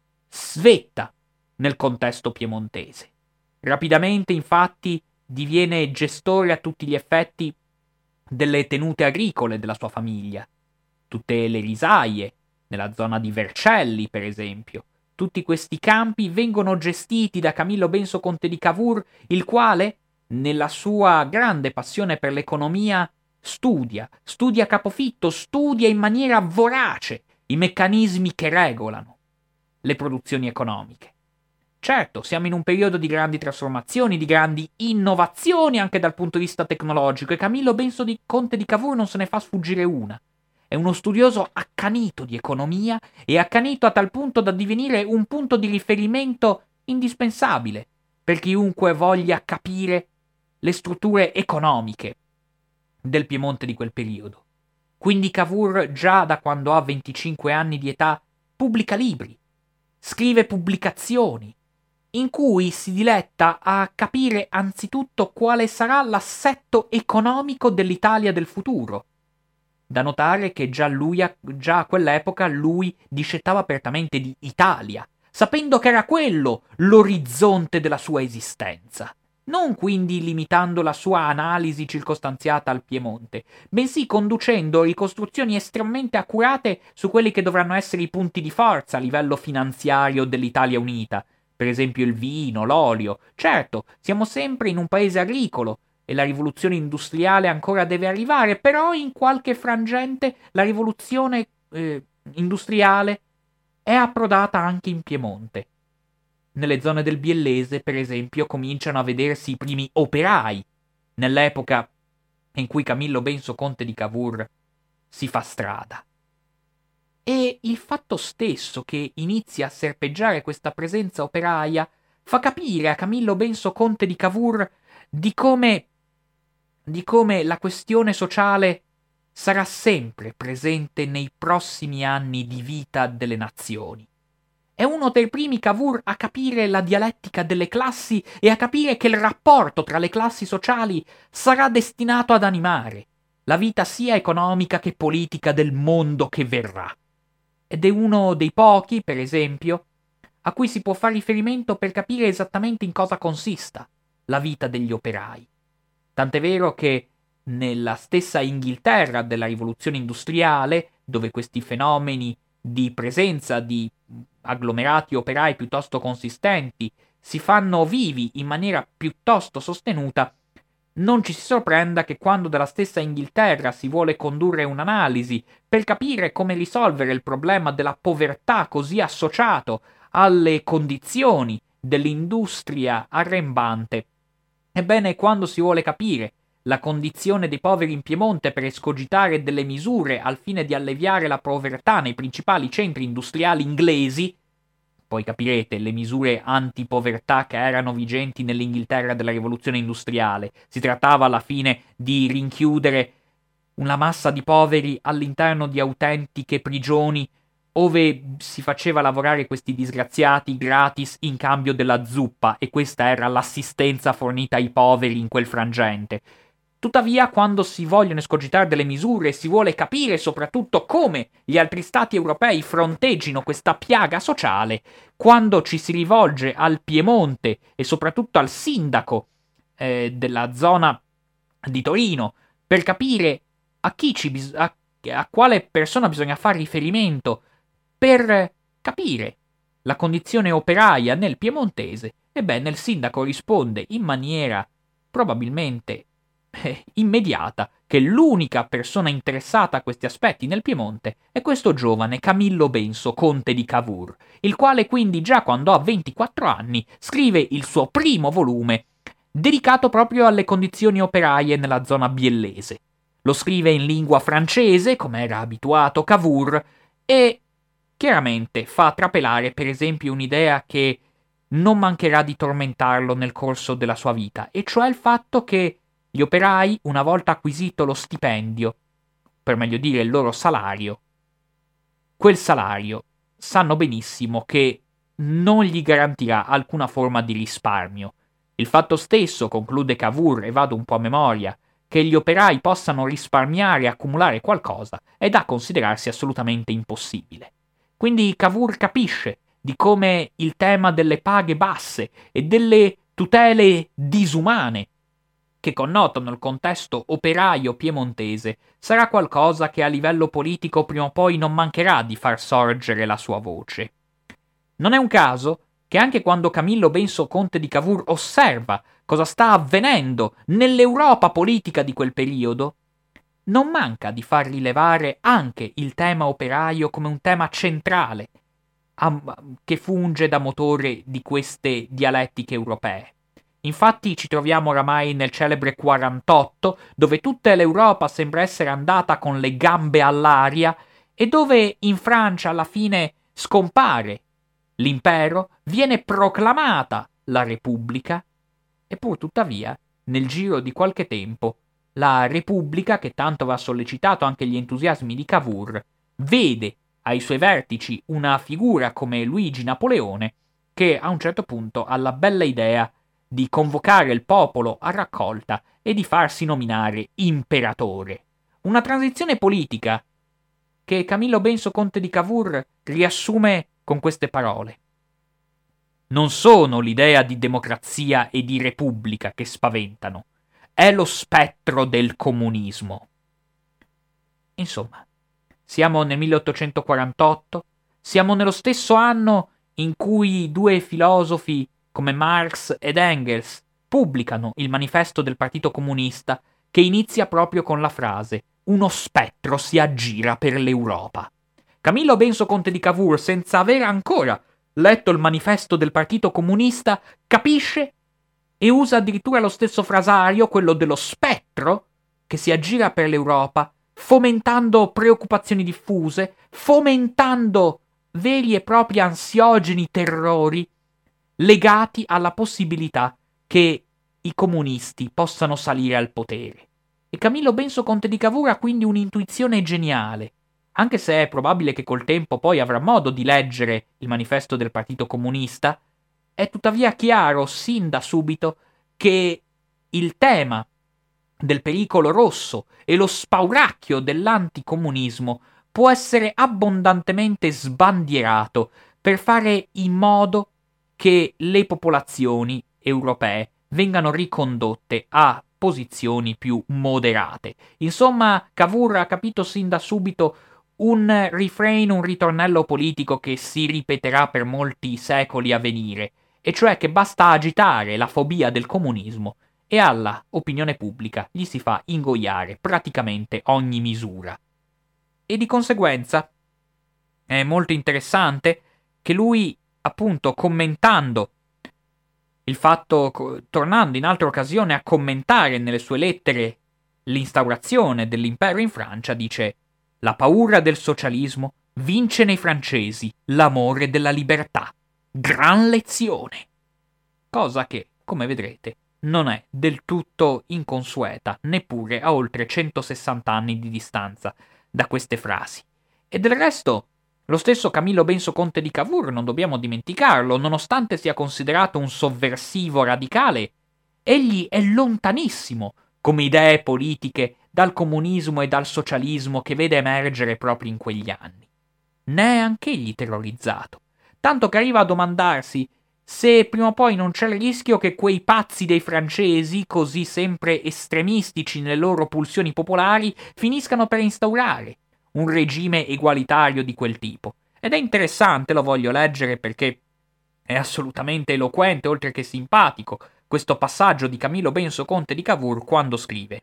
svetta nel contesto piemontese. Rapidamente, infatti, diviene gestore a tutti gli effetti delle tenute agricole della sua famiglia. Tutte le risaie, nella zona di Vercelli, per esempio. Tutti questi campi vengono gestiti da Camillo Benso conte di Cavour, il quale, nella sua grande passione per l'economia, studia, studia a capofitto, studia in maniera vorace i meccanismi che regolano le produzioni economiche. Certo, siamo in un periodo di grandi trasformazioni, di grandi innovazioni anche dal punto di vista tecnologico, e Camillo Benso di conte di Cavour non se ne fa sfuggire una. È uno studioso accanito di economia, e accanito a tal punto da divenire un punto di riferimento indispensabile per chiunque voglia capire le strutture economiche del Piemonte di quel periodo. Quindi Cavour, già da quando ha venticinque anni di età, pubblica libri, scrive pubblicazioni, in cui si diletta a capire anzitutto quale sarà l'assetto economico dell'Italia del futuro. Da notare che già, lui a, già a quell'epoca lui discettava apertamente di Italia, sapendo che era quello l'orizzonte della sua esistenza. Non quindi limitando la sua analisi circostanziata al Piemonte, bensì conducendo ricostruzioni estremamente accurate su quelli che dovranno essere i punti di forza a livello finanziario dell'Italia unita, per esempio il vino, l'olio. Certo, siamo sempre in un paese agricolo e la rivoluzione industriale ancora deve arrivare, però in qualche frangente la rivoluzione eh, industriale è approdata anche in Piemonte. Nelle zone del Biellese, per esempio, cominciano a vedersi i primi operai, nell'epoca in cui Camillo Benso conte di Cavour si fa strada. E il fatto stesso che inizia a serpeggiare questa presenza operaia fa capire a Camillo Benso conte di Cavour di come, di come la questione sociale sarà sempre presente nei prossimi anni di vita delle nazioni. È uno dei primi Cavour a capire la dialettica delle classi e a capire che il rapporto tra le classi sociali sarà destinato ad animare la vita sia economica che politica del mondo che verrà. Ed è uno dei pochi, per esempio, a cui si può fare riferimento per capire esattamente in cosa consista la vita degli operai. Tant'è vero che nella stessa Inghilterra della rivoluzione industriale, dove questi fenomeni di presenza di agglomerati operai piuttosto consistenti si fanno vivi in maniera piuttosto sostenuta, non ci si sorprenda che quando dalla stessa Inghilterra si vuole condurre un'analisi per capire come risolvere il problema della povertà così associato alle condizioni dell'industria arrembante, ebbene, quando si vuole capire la condizione dei poveri in Piemonte per escogitare delle misure al fine di alleviare la povertà nei principali centri industriali inglesi, poi capirete le misure anti-povertà che erano vigenti nell'Inghilterra della rivoluzione industriale. Si trattava alla fine di rinchiudere una massa di poveri all'interno di autentiche prigioni ove si faceva lavorare questi disgraziati gratis in cambio della zuppa, e questa era l'assistenza fornita ai poveri in quel frangente. Tuttavia, quando si vogliono escogitare delle misure e si vuole capire soprattutto come gli altri stati europei fronteggino questa piaga sociale, quando ci si rivolge al Piemonte e soprattutto al sindaco eh, della zona di Torino per capire a chi ci bis- a, a quale persona bisogna fare riferimento per capire la condizione operaia nel piemontese, ebbene il sindaco risponde in maniera probabilmente eh, immediata che l'unica persona interessata a questi aspetti nel Piemonte è questo giovane Camillo Benso, conte di Cavour, il quale quindi già quando ha ventiquattro anni scrive il suo primo volume dedicato proprio alle condizioni operaie nella zona biellese. Lo scrive in lingua francese, come era abituato Cavour, e chiaramente fa trapelare per esempio un'idea che non mancherà di tormentarlo nel corso della sua vita, e cioè il fatto che gli operai, una volta acquisito lo stipendio, per meglio dire il loro salario, quel salario sanno benissimo che non gli garantirà alcuna forma di risparmio. Il fatto stesso, conclude Cavour, e vado un po' a memoria, che gli operai possano risparmiare e accumulare qualcosa è da considerarsi assolutamente impossibile. Quindi Cavour capisce di come il tema delle paghe basse e delle tutele disumane che connotano il contesto operaio piemontese sarà qualcosa che a livello politico prima o poi non mancherà di far sorgere la sua voce. Non è un caso che anche quando Camillo Benso conte di Cavour osserva cosa sta avvenendo nell'Europa politica di quel periodo, non manca di far rilevare anche il tema operaio come un tema centrale, che funge da motore di queste dialettiche europee. Infatti ci troviamo oramai nel celebre quarantotto, dove tutta l'Europa sembra essere andata con le gambe all'aria e dove in Francia alla fine scompare l'impero, viene proclamata la Repubblica e pur tuttavia, nel giro di qualche tempo, la Repubblica, che tanto aveva sollecitato anche gli entusiasmi di Cavour, vede ai suoi vertici una figura come Luigi Napoleone che a un certo punto ha la bella idea di convocare il popolo a raccolta e di farsi nominare imperatore. Una transizione politica che Camillo Benso conte di Cavour riassume con queste parole. Non sono l'idea di democrazia e di repubblica che spaventano, è lo spettro del comunismo. Insomma, siamo nel milleottocentoquarantotto, siamo nello stesso anno in cui due filosofi come Marx ed Engels pubblicano il manifesto del Partito Comunista, che inizia proprio con la frase «Uno spettro si aggira per l'Europa». Camillo Benso conte di Cavour, senza aver ancora letto il manifesto del Partito Comunista, capisce e usa addirittura lo stesso frasario, quello dello spettro che si aggira per l'Europa, fomentando preoccupazioni diffuse, fomentando veri e propri ansiogeni terrori legati alla possibilità che i comunisti possano salire al potere. E Camillo Benso conte di Cavour ha quindi un'intuizione geniale, anche se è probabile che col tempo poi avrà modo di leggere il manifesto del Partito Comunista, è tuttavia chiaro sin da subito che il tema del pericolo rosso e lo spauracchio dell'anticomunismo può essere abbondantemente sbandierato per fare in modo che le popolazioni europee vengano ricondotte a posizioni più moderate. Insomma, Cavour ha capito sin da subito un refrain, un ritornello politico che si ripeterà per molti secoli a venire, e cioè che basta agitare la fobia del comunismo e alla opinione pubblica gli si fa ingoiare praticamente ogni misura. E di conseguenza è molto interessante che lui, appunto, commentando il fatto, co- tornando in altra occasione a commentare nelle sue lettere l'instaurazione dell'impero in Francia, dice: «La paura del socialismo vince nei francesi l'amore della libertà. Gran lezione!» Cosa che, come vedrete, non è del tutto inconsueta, neppure a oltre centosessanta anni di distanza da queste frasi. E del resto, lo stesso Camillo Benso conte di Cavour, non dobbiamo dimenticarlo, nonostante sia considerato un sovversivo radicale, egli è lontanissimo come idee politiche dal comunismo e dal socialismo che vede emergere proprio in quegli anni. Ne è anch'egli terrorizzato, tanto che arriva a domandarsi se prima o poi non c'è il rischio che quei pazzi dei francesi, così sempre estremistici nelle loro pulsioni popolari, finiscano per instaurare un regime egualitario di quel tipo. Ed è interessante, lo voglio leggere perché è assolutamente eloquente, oltre che simpatico, questo passaggio di Camillo Benso Conte di Cavour quando scrive: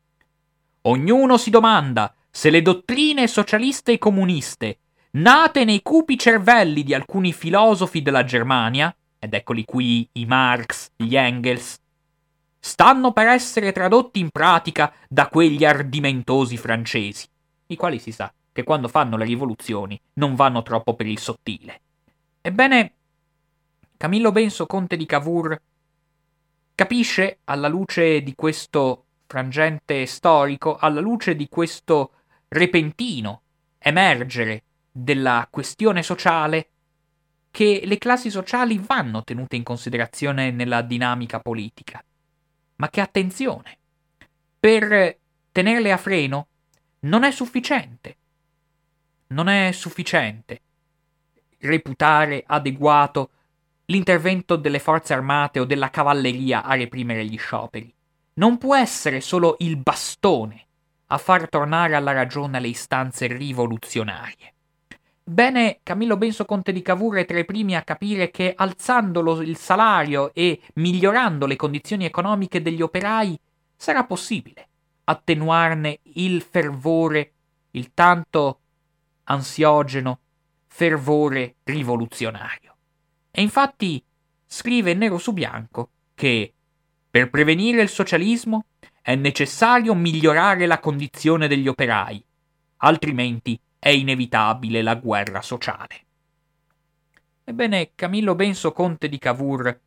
ognuno si domanda se le dottrine socialiste e comuniste, nate nei cupi cervelli di alcuni filosofi della Germania, ed eccoli qui i Marx, gli Engels, stanno per essere tradotti in pratica da quegli ardimentosi francesi, i quali si sa che quando fanno le rivoluzioni non vanno troppo per il sottile. Ebbene, Camillo Benso Conte di Cavour capisce, alla luce di questo frangente storico, alla luce di questo repentino emergere della questione sociale, che le classi sociali vanno tenute in considerazione nella dinamica politica, ma che, attenzione, per tenerle a freno non è sufficiente. Non è sufficiente reputare adeguato l'intervento delle forze armate o della cavalleria a reprimere gli scioperi. Non può essere solo il bastone a far tornare alla ragione le istanze rivoluzionarie. Bene, Camillo Benso Conte di Cavour è tra i primi a capire che alzando il salario e migliorando le condizioni economiche degli operai sarà possibile attenuarne il fervore, il tanto ansiogeno fervore rivoluzionario. E infatti scrive nero su bianco che per prevenire il socialismo è necessario migliorare la condizione degli operai, altrimenti è inevitabile la guerra sociale. Ebbene, Camillo Benso Conte di Cavour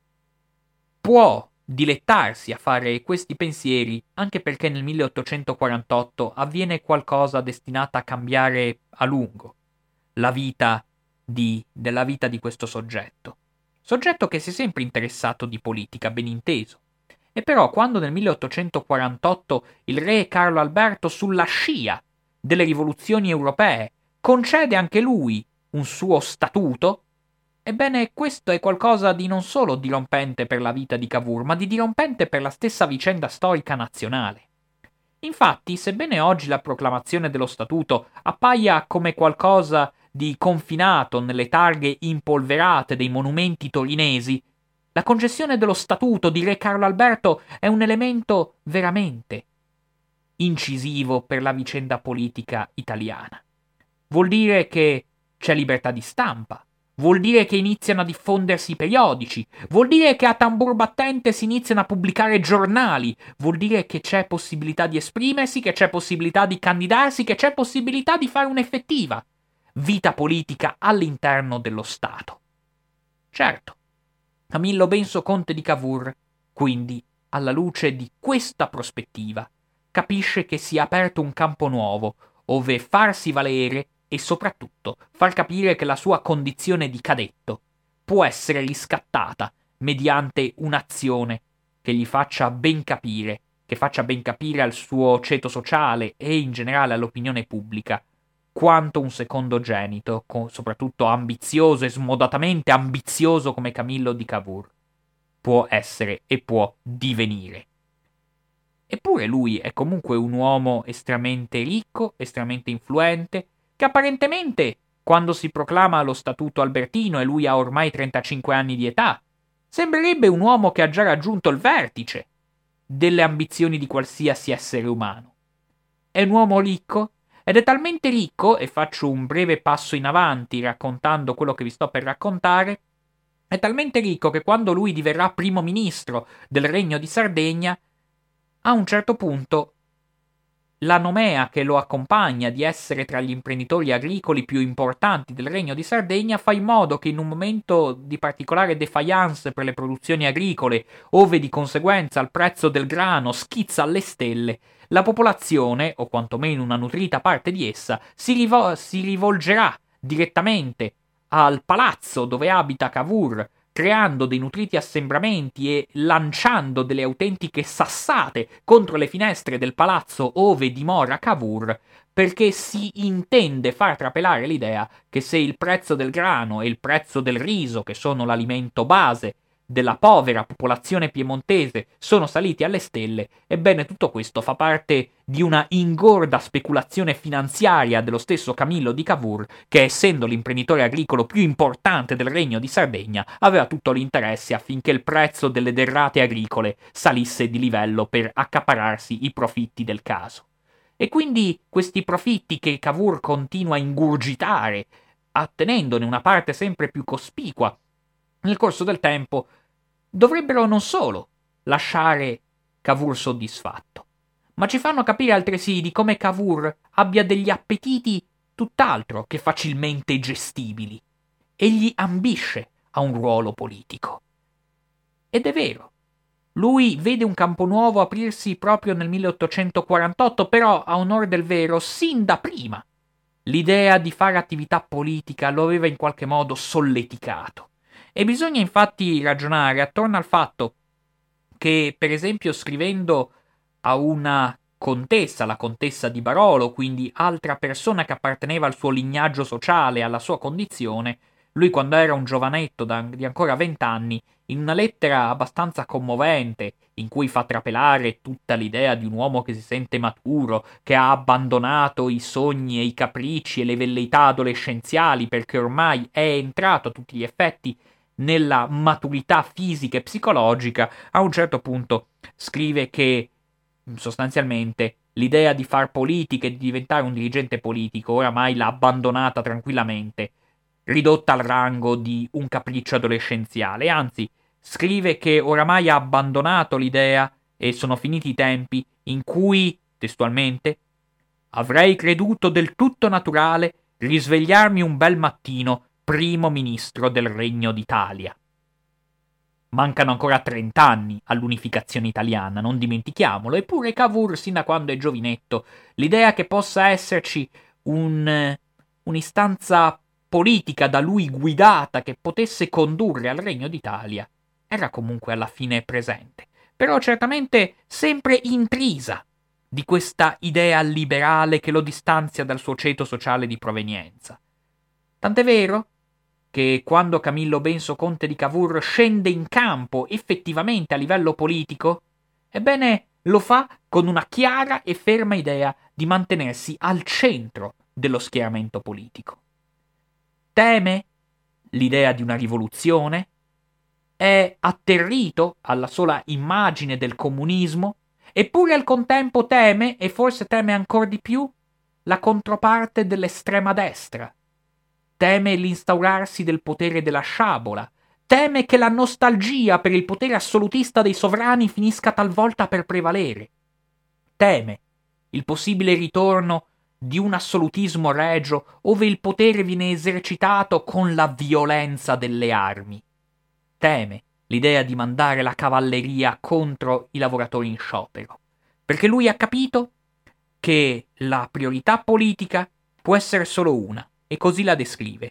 può dilettarsi a fare questi pensieri anche perché nel milleottocentoquarantotto avviene qualcosa destinato a cambiare a lungo la vita di, della vita di questo soggetto. Soggetto che si è sempre interessato di politica, ben inteso. E però quando nel milleottocentoquarantotto il re Carlo Alberto, sulla scia delle rivoluzioni europee, concede anche lui un suo statuto, ebbene questo è qualcosa di non solo dirompente per la vita di Cavour, ma di dirompente per la stessa vicenda storica nazionale. Infatti, sebbene oggi la proclamazione dello statuto appaia come qualcosa di confinato nelle targhe impolverate dei monumenti torinesi, la concessione dello statuto di re Carlo Alberto è un elemento veramente incisivo per la vicenda politica italiana. Vuol dire che c'è libertà di stampa, vuol dire che iniziano a diffondersi i periodici, vuol dire che a tambur battente si iniziano a pubblicare giornali, vuol dire che c'è possibilità di esprimersi, che c'è possibilità di candidarsi, che c'è possibilità di fare un'effettiva vita politica all'interno dello Stato. Certo, Camillo Benso Conte di Cavour, quindi, alla luce di questa prospettiva, capisce che si è aperto un campo nuovo, ove farsi valere e soprattutto far capire che la sua condizione di cadetto può essere riscattata mediante un'azione che gli faccia ben capire, che faccia ben capire al suo ceto sociale e in generale all'opinione pubblica quanto un secondogenito, soprattutto ambizioso e smodatamente ambizioso come Camillo di Cavour, può essere e può divenire. Eppure lui è comunque un uomo estremamente ricco, estremamente influente, che apparentemente, quando si proclama lo Statuto Albertino e lui ha ormai trentacinque anni di età, sembrerebbe un uomo che ha già raggiunto il vertice delle ambizioni di qualsiasi essere umano. È un uomo ricco, ed è talmente ricco, e faccio un breve passo in avanti raccontando quello che vi sto per raccontare, è talmente ricco che quando lui diverrà primo ministro del Regno di Sardegna, a un certo punto la nomea che lo accompagna di essere tra gli imprenditori agricoli più importanti del Regno di Sardegna fa in modo che in un momento di particolare défaillance per le produzioni agricole, ove di conseguenza il prezzo del grano schizza alle stelle, la popolazione, o quantomeno una nutrita parte di essa, si, rivol- si rivolgerà direttamente al palazzo dove abita Cavour creando dei nutriti assembramenti e lanciando delle autentiche sassate contro le finestre del palazzo ove dimora Cavour, perché si intende far trapelare l'idea che se il prezzo del grano e il prezzo del riso, che sono l'alimento base della povera popolazione piemontese, sono saliti alle stelle, ebbene tutto questo fa parte di una ingorda speculazione finanziaria dello stesso Camillo di Cavour, che essendo l'imprenditore agricolo più importante del Regno di Sardegna, aveva tutto l'interesse affinché il prezzo delle derrate agricole salisse di livello per accaparrarsi i profitti del caso. E quindi questi profitti che Cavour continua a ingurgitare, ottenendone una parte sempre più cospicua nel corso del tempo, dovrebbero non solo lasciare Cavour soddisfatto, ma ci fanno capire altresì di come Cavour abbia degli appetiti tutt'altro che facilmente gestibili. Egli ambisce a un ruolo politico. Ed è vero, lui vede un campo nuovo aprirsi proprio nel milleottocentoquarantotto, però a onor del vero, sin da prima, l'idea di fare attività politica lo aveva in qualche modo solleticato. E bisogna infatti ragionare attorno al fatto che, per esempio, scrivendo a una contessa, la contessa di Barolo, quindi altra persona che apparteneva al suo lignaggio sociale, alla sua condizione, lui quando era un giovanetto di ancora vent'anni, in una lettera abbastanza commovente, in cui fa trapelare tutta l'idea di un uomo che si sente maturo, che ha abbandonato i sogni e i capricci e le velleità adolescenziali perché ormai è entrato a tutti gli effetti nella maturità fisica e psicologica, a un certo punto scrive che sostanzialmente l'idea di far politica e di diventare un dirigente politico oramai l'ha abbandonata tranquillamente, ridotta al rango di un capriccio adolescenziale. Anzi, scrive che oramai ha abbandonato l'idea e sono finiti i tempi in cui, testualmente, avrei creduto del tutto naturale risvegliarmi un bel mattino primo ministro del Regno d'Italia. Mancano ancora trent'anni all'unificazione italiana, non dimentichiamolo, eppure Cavour, sin da quando è giovinetto, l'idea che possa esserci un, un'istanza politica da lui guidata che potesse condurre al Regno d'Italia era comunque alla fine presente, però certamente sempre intrisa di questa idea liberale che lo distanzia dal suo ceto sociale di provenienza. Tant'è vero che quando Camillo Benso conte di Cavour scende in campo effettivamente a livello politico, ebbene lo fa con una chiara e ferma idea di mantenersi al centro dello schieramento politico. Teme l'idea di una rivoluzione, è atterrito alla sola immagine del comunismo, eppure al contempo teme, e forse teme ancor di più, la controparte dell'estrema destra. Teme l'instaurarsi del potere della sciabola, teme che la nostalgia per il potere assolutista dei sovrani finisca talvolta per prevalere. Teme il possibile ritorno di un assolutismo regio ove il potere viene esercitato con la violenza delle armi. Teme l'idea di mandare la cavalleria contro i lavoratori in sciopero, perché lui ha capito che la priorità politica può essere solo una, e così la descrive.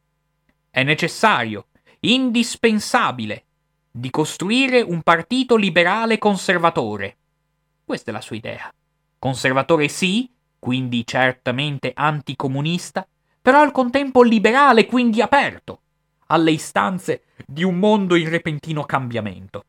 È necessario, indispensabile, di costruire un partito liberale conservatore. Questa è la sua idea. Conservatore sì, quindi certamente anticomunista, però al contempo liberale, quindi aperto alle istanze di un mondo in repentino cambiamento.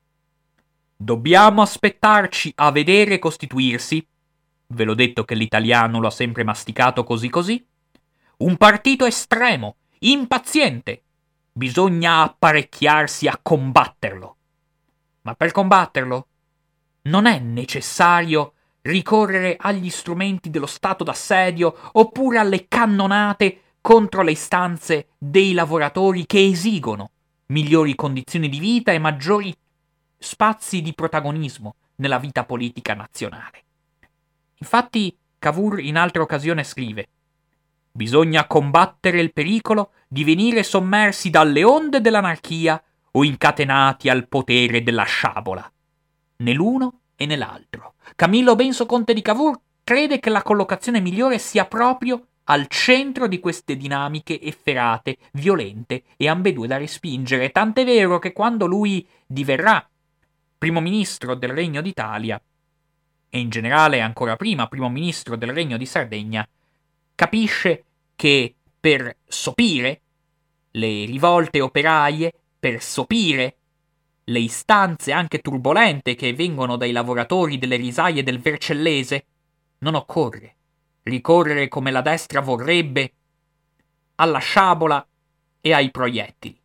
Dobbiamo aspettarci a vedere costituirsi, ve l'ho detto che l'italiano lo ha sempre masticato così così, un partito estremo, impaziente. Bisogna apparecchiarsi a combatterlo. Ma per combatterlo non è necessario ricorrere agli strumenti dello stato d'assedio oppure alle cannonate contro le istanze dei lavoratori che esigono migliori condizioni di vita e maggiori spazi di protagonismo nella vita politica nazionale. Infatti, Cavour in altra occasione scrive: bisogna combattere il pericolo di venire sommersi dalle onde dell'anarchia o incatenati al potere della sciabola. Né l'uno e né l'altro. Camillo Benso conte di Cavour crede che la collocazione migliore sia proprio al centro di queste dinamiche efferate, violente e ambedue da respingere, tant'è vero che quando lui diverrà primo ministro del Regno d'Italia, e in generale ancora prima primo ministro del Regno di Sardegna, capisce che per sopire le rivolte operaie, per sopire le istanze anche turbolente che vengono dai lavoratori delle risaie del Vercellese, non occorre ricorrere come la destra vorrebbe alla sciabola e ai proiettili.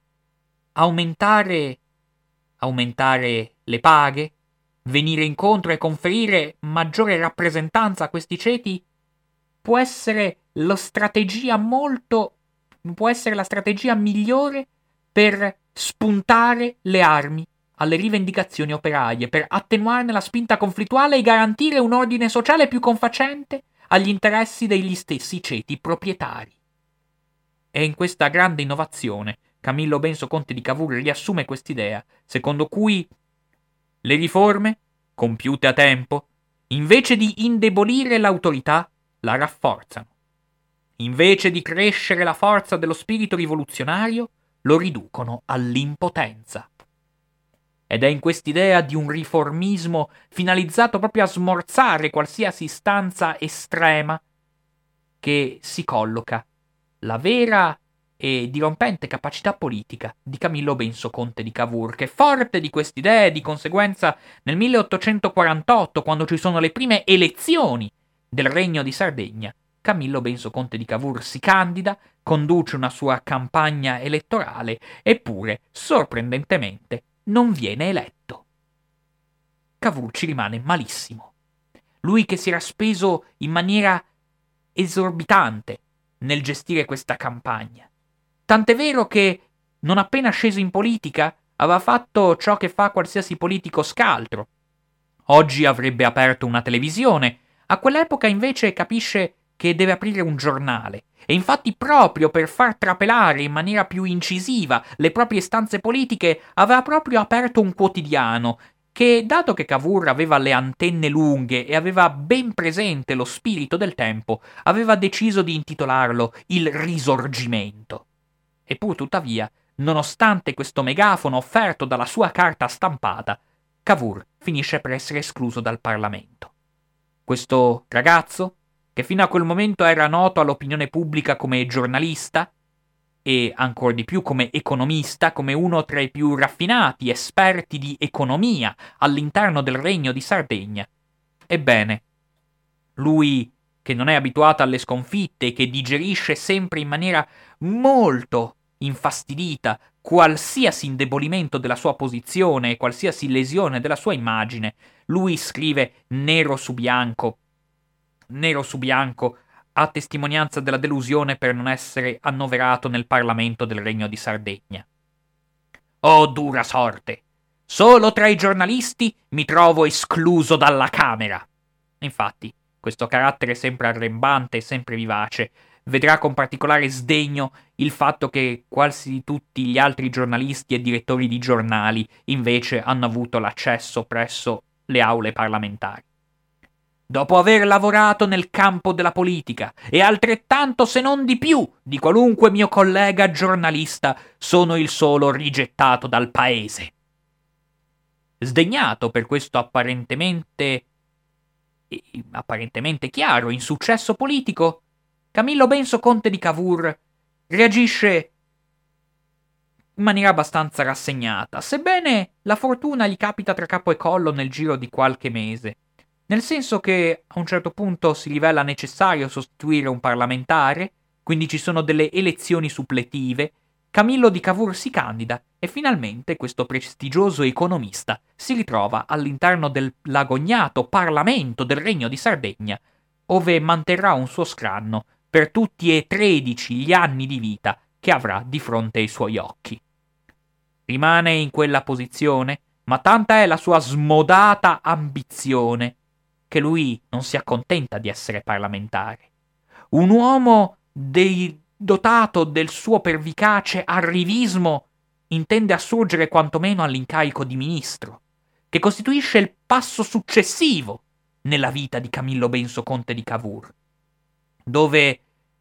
Aumentare, aumentare le paghe, venire incontro e conferire maggiore rappresentanza a questi ceti può essere la strategia molto può essere la strategia migliore per spuntare le armi alle rivendicazioni operaie, per attenuarne la spinta conflittuale e garantire un ordine sociale più confacente agli interessi degli stessi ceti proprietari. E in questa grande innovazione Camillo Benso Conte di Cavour riassume quest'idea, secondo cui le riforme, compiute a tempo, invece di indebolire l'autorità, la rafforzano. Invece di crescere la forza dello spirito rivoluzionario, lo riducono all'impotenza. Ed è in quest'idea di un riformismo finalizzato proprio a smorzare qualsiasi istanza estrema che si colloca la vera e dirompente capacità politica di Camillo Benso Conte di Cavour, che forte di quest'idea e di conseguenza nel milleottocentoquarantotto, quando ci sono le prime elezioni del Regno di Sardegna, Camillo Benso Conte di Cavour si candida, conduce una sua campagna elettorale, eppure, sorprendentemente, non viene eletto. Cavour ci rimane malissimo. Lui che si era speso in maniera esorbitante nel gestire questa campagna. Tant'è vero che, non appena sceso in politica, aveva fatto ciò che fa qualsiasi politico scaltro. Oggi avrebbe aperto una televisione, a quell'epoca invece capisce che deve aprire un giornale, e infatti proprio per far trapelare in maniera più incisiva le proprie istanze politiche aveva proprio aperto un quotidiano che, dato che Cavour aveva le antenne lunghe e aveva ben presente lo spirito del tempo, aveva deciso di intitolarlo Il Risorgimento. E pur tuttavia, nonostante questo megafono offerto dalla sua carta stampata, Cavour finisce per essere escluso dal Parlamento. Questo ragazzo, che fino a quel momento era noto all'opinione pubblica come giornalista, e ancor di più come economista, come uno tra i più raffinati esperti di economia all'interno del Regno di Sardegna. Ebbene, lui che non è abituato alle sconfitte e che digerisce sempre in maniera molto infastidita qualsiasi indebolimento della sua posizione e qualsiasi lesione della sua immagine, lui scrive nero su bianco, nero su bianco, a testimonianza della delusione per non essere annoverato nel Parlamento del Regno di Sardegna. Oh dura sorte! Solo tra i giornalisti mi trovo escluso dalla Camera. Infatti, questo carattere sempre arrembante e sempre vivace vedrà con particolare sdegno il fatto che quasi tutti gli altri giornalisti e direttori di giornali invece hanno avuto l'accesso presso le aule parlamentari. Dopo aver lavorato nel campo della politica e altrettanto se non di più di qualunque mio collega giornalista, sono il solo rigettato dal paese. Sdegnato per questo apparentemente apparentemente chiaro insuccesso politico, Camillo Benso Conte di Cavour reagisce in maniera abbastanza rassegnata, sebbene la fortuna gli capita tra capo e collo nel giro di qualche mese. Nel senso che a un certo punto si rivela necessario sostituire un parlamentare, quindi ci sono delle elezioni suppletive, Camillo di Cavour si candida e finalmente questo prestigioso economista si ritrova all'interno dell'agognato Parlamento del Regno di Sardegna, ove manterrà un suo scranno per tutti e tredici gli anni di vita che avrà di fronte ai suoi occhi. Rimane in quella posizione, ma tanta è la sua smodata ambizione che lui non si accontenta di essere parlamentare. Un uomo dei, dotato del suo pervicace arrivismo intende assurgere quantomeno all'incarico di ministro, che costituisce il passo successivo nella vita di Camillo Benso Conte di Cavour, dove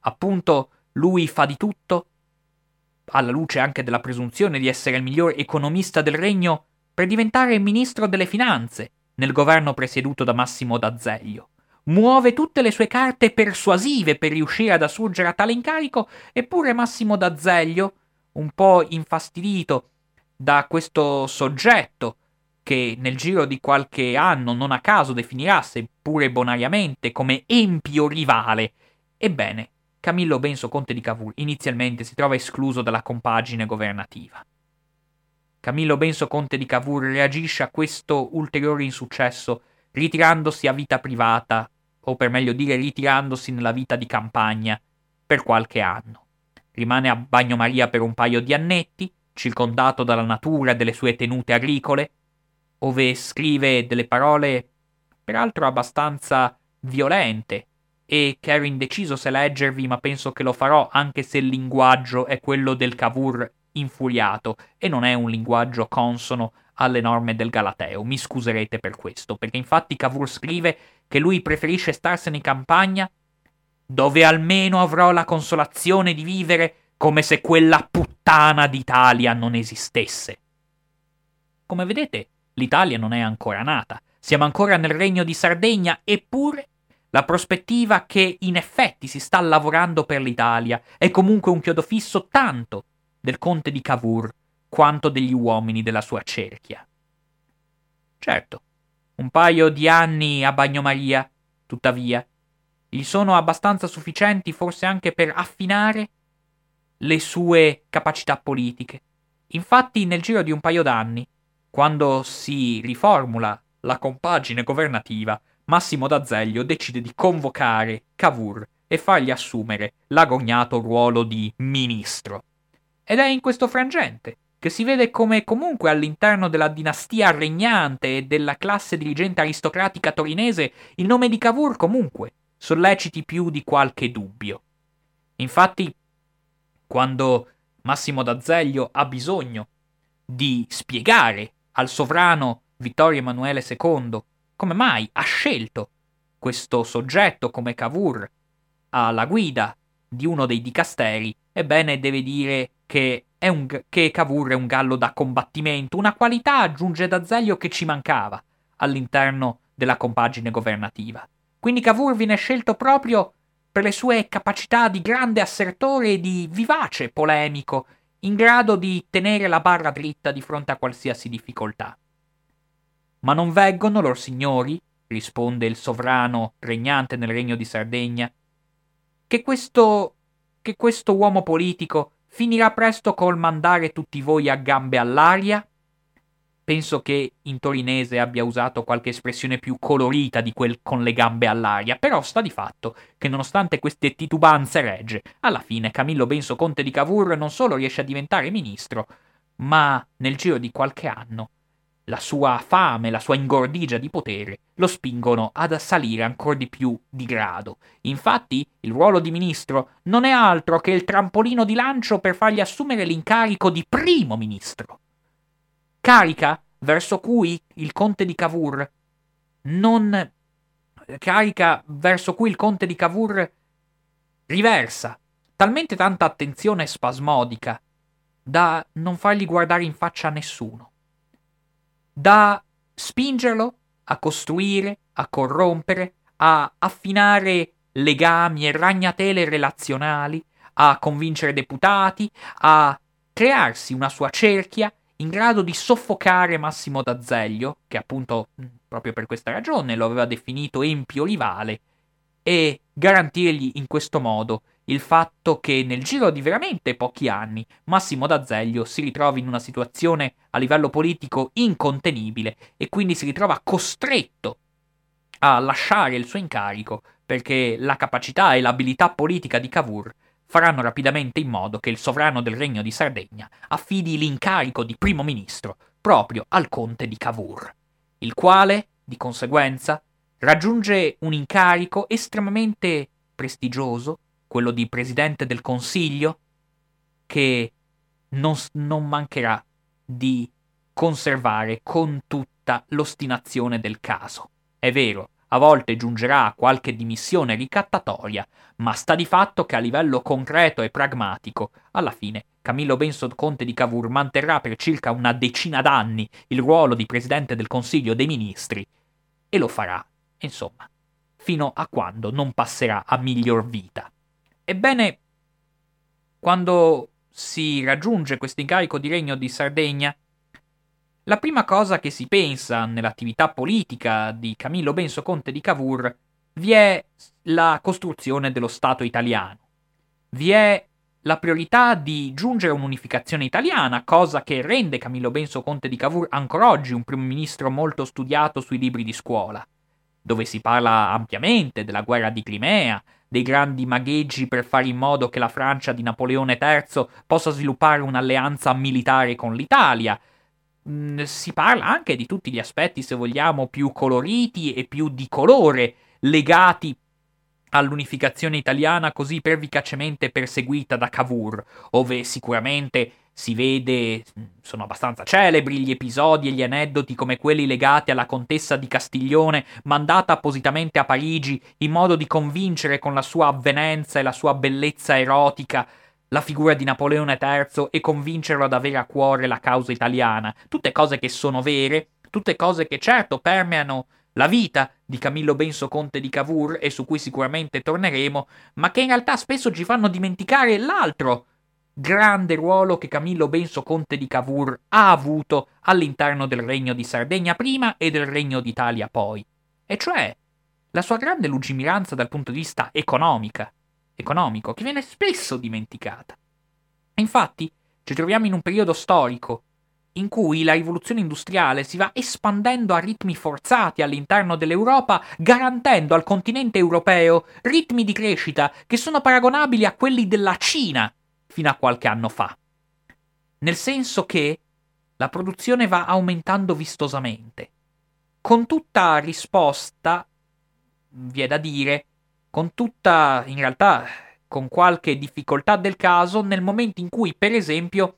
Appunto, lui fa di tutto, alla luce anche della presunzione di essere il miglior economista del regno, per diventare ministro delle finanze nel governo presieduto da Massimo d'Azeglio. Muove tutte le sue carte persuasive per riuscire ad assurgere a tale incarico, eppure Massimo d'Azeglio, un po' infastidito da questo soggetto che nel giro di qualche anno non a caso definirà, seppure bonariamente, come empio rivale, ebbene, Camillo Benso conte di Cavour inizialmente si trova escluso dalla compagine governativa. Camillo Benso conte di Cavour reagisce a questo ulteriore insuccesso ritirandosi a vita privata, o per meglio dire ritirandosi nella vita di campagna per qualche anno. Rimane a Bagnomaria per un paio di annetti, circondato dalla natura e delle sue tenute agricole, ove scrive delle parole peraltro abbastanza violente e che ero indeciso se leggervi, ma penso che lo farò anche se il linguaggio è quello del Cavour infuriato e non è un linguaggio consono alle norme del Galateo. Mi scuserete per questo, perché infatti Cavour scrive che lui preferisce starsene in campagna dove almeno avrò la consolazione di vivere come se quella puttana d'Italia non esistesse. Come vedete, l'Italia non è ancora nata. Siamo ancora nel regno di Sardegna, eppure la prospettiva che in effetti si sta lavorando per l'Italia è comunque un chiodo fisso tanto del conte di Cavour quanto degli uomini della sua cerchia. Certo, un paio di anni a Bagnomaria, tuttavia, gli sono abbastanza sufficienti forse anche per affinare le sue capacità politiche. Infatti, nel giro di un paio d'anni, quando si riformula la compagine governativa, Massimo d'Azeglio decide di convocare Cavour e fargli assumere l'agognato ruolo di ministro. Ed è in questo frangente che si vede come comunque all'interno della dinastia regnante e della classe dirigente aristocratica torinese il nome di Cavour comunque solleciti più di qualche dubbio. Infatti, quando Massimo d'Azeglio ha bisogno di spiegare al sovrano Vittorio Emanuele secondo come mai ha scelto questo soggetto come Cavour alla guida di uno dei dicasteri, ebbene deve dire che, è un, che Cavour è un gallo da combattimento, una qualità, aggiunge d'Azeglio, che ci mancava all'interno della compagine governativa. Quindi Cavour viene scelto proprio per le sue capacità di grande assertore e di vivace polemico, in grado di tenere la barra dritta di fronte a qualsiasi difficoltà. Ma non veggono, lor signori, risponde il sovrano regnante nel regno di Sardegna, che questo, che questo uomo politico finirà presto col mandare tutti voi a gambe all'aria? Penso che in torinese abbia usato qualche espressione più colorita di quel con le gambe all'aria, però sta di fatto che nonostante queste titubanze regge, alla fine Camillo Benso conte di Cavour non solo riesce a diventare ministro, ma nel giro di qualche anno la sua fame, la sua ingordigia di potere lo spingono ad salire ancora di più di grado. Infatti, il ruolo di ministro non è altro che il trampolino di lancio per fargli assumere l'incarico di primo ministro. Carica verso cui il conte di Cavour non carica verso cui il conte di Cavour riversa talmente tanta attenzione spasmodica da non fargli guardare in faccia a nessuno, da spingerlo a costruire, a corrompere, a affinare legami e ragnatele relazionali, a convincere deputati, a crearsi una sua cerchia in grado di soffocare Massimo d'Azeglio, che appunto proprio per questa ragione lo aveva definito empio rivale, e garantirgli in questo modo il fatto che nel giro di veramente pochi anni Massimo d'Azeglio si ritrovi in una situazione a livello politico incontenibile e quindi si ritrova costretto a lasciare il suo incarico perché la capacità e l'abilità politica di Cavour faranno rapidamente in modo che il sovrano del Regno di Sardegna affidi l'incarico di primo ministro proprio al conte di Cavour, il quale, di conseguenza, raggiunge un incarico estremamente prestigioso, quello di presidente del Consiglio, che non, non mancherà di conservare con tutta l'ostinazione del caso. È vero, a volte giungerà a qualche dimissione ricattatoria, ma sta di fatto che a livello concreto e pragmatico, alla fine, Camillo Benso Conte di Cavour manterrà per circa una decina d'anni il ruolo di Presidente del Consiglio dei Ministri e lo farà, insomma, fino a quando non passerà a miglior vita. Ebbene, quando si raggiunge questo incarico di Regno di Sardegna, la prima cosa che si pensa nell'attività politica di Camillo Benso Conte di Cavour vi è la costruzione dello Stato italiano. Vi è la priorità di giungere a un'unificazione italiana, cosa che rende Camillo Benso Conte di Cavour ancora oggi un primo ministro molto studiato sui libri di scuola, dove si parla ampiamente della guerra di Crimea, dei grandi magheggi per fare in modo che la Francia di Napoleone terzo possa sviluppare un'alleanza militare con l'Italia. Mm, si parla anche di tutti gli aspetti, se vogliamo, più coloriti e più di colore legati all'unificazione italiana così pervicacemente perseguita da Cavour, ove sicuramente si vede, sono abbastanza celebri gli episodi e gli aneddoti come quelli legati alla contessa di Castiglione, mandata appositamente a Parigi in modo di convincere con la sua avvenenza e la sua bellezza erotica la figura di Napoleone terzo e convincerlo ad avere a cuore la causa italiana. Tutte cose che sono vere, tutte cose che certo permeano la vita di Camillo Benso Conte di Cavour e su cui sicuramente torneremo, ma che in realtà spesso ci fanno dimenticare l'altro grande ruolo che Camillo Benso Conte di Cavour ha avuto all'interno del Regno di Sardegna prima e del Regno d'Italia poi, e cioè la sua grande lungimiranza dal punto di vista economica, economico, che viene spesso dimenticata. Infatti, ci troviamo in un periodo storico in cui la rivoluzione industriale si va espandendo a ritmi forzati all'interno dell'Europa, garantendo al continente europeo ritmi di crescita che sono paragonabili a quelli della Cina fino a qualche anno fa. Nel senso che la produzione va aumentando vistosamente, con tutta risposta, vi è da dire, con tutta, in realtà, con qualche difficoltà del caso, nel momento in cui, per esempio,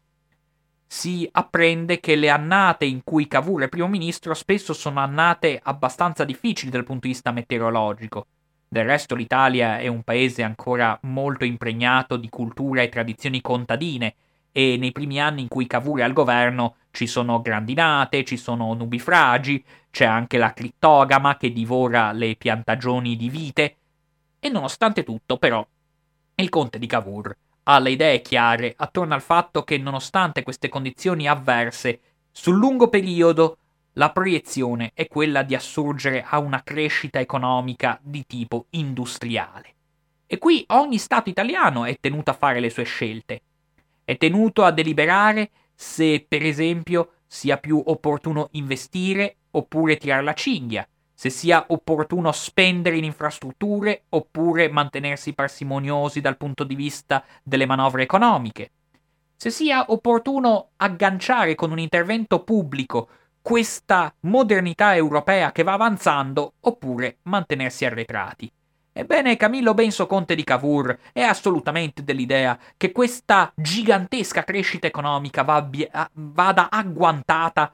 si apprende che le annate in cui Cavour è primo ministro spesso sono annate abbastanza difficili dal punto di vista meteorologico. Del resto l'Italia è un paese ancora molto impregnato di cultura e tradizioni contadine, e nei primi anni in cui Cavour è al governo ci sono grandinate, ci sono nubifragi, c'è anche la crittogama che divora le piantagioni di vite, e nonostante tutto, però, il conte di Cavour ha le idee chiare attorno al fatto che, nonostante queste condizioni avverse, sul lungo periodo la proiezione è quella di assurgere a una crescita economica di tipo industriale. E qui ogni Stato italiano è tenuto a fare le sue scelte. È tenuto a deliberare se, per esempio, sia più opportuno investire oppure tirare la cinghia, se sia opportuno spendere in infrastrutture oppure mantenersi parsimoniosi dal punto di vista delle manovre economiche, se sia opportuno agganciare con un intervento pubblico questa modernità europea che va avanzando oppure mantenersi arretrati. Ebbene, Camillo Benso Conte di Cavour è assolutamente dell'idea che questa gigantesca crescita economica va vada agguantata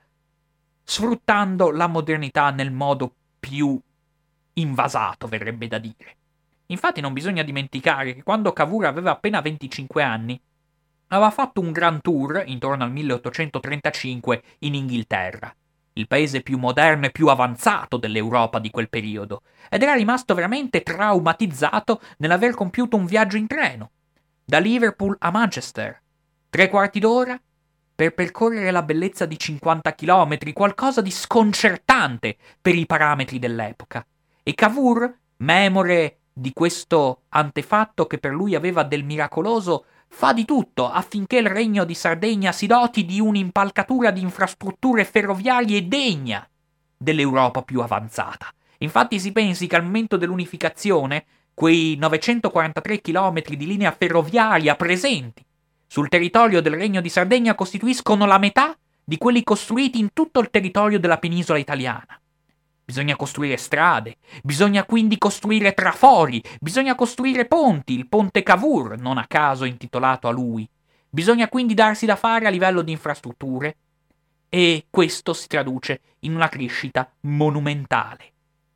sfruttando la modernità nel modo più invasato, verrebbe da dire. Infatti non bisogna dimenticare che quando Cavour aveva appena venticinque anni aveva fatto un grand tour intorno al milleottocentotrentacinque in Inghilterra, il paese più moderno e più avanzato dell'Europa di quel periodo, ed era rimasto veramente traumatizzato nell'aver compiuto un viaggio in treno, da Liverpool a Manchester, tre quarti d'ora, per percorrere la bellezza di cinquanta chilometri, qualcosa di sconcertante per i parametri dell'epoca. E Cavour, memore di questo antefatto che per lui aveva del miracoloso, fa di tutto affinché il Regno di Sardegna si doti di un'impalcatura di infrastrutture ferroviarie degna dell'Europa più avanzata. Infatti si pensi che al momento dell'unificazione quei novecentoquarantatré chilometri di linea ferroviaria presenti sul territorio del Regno di Sardegna costituiscono la metà di quelli costruiti in tutto il territorio della penisola italiana. Bisogna costruire strade, bisogna quindi costruire trafori, bisogna costruire ponti, il ponte Cavour, non a caso intitolato a lui. Bisogna quindi darsi da fare a livello di infrastrutture, e questo si traduce in una crescita monumentale.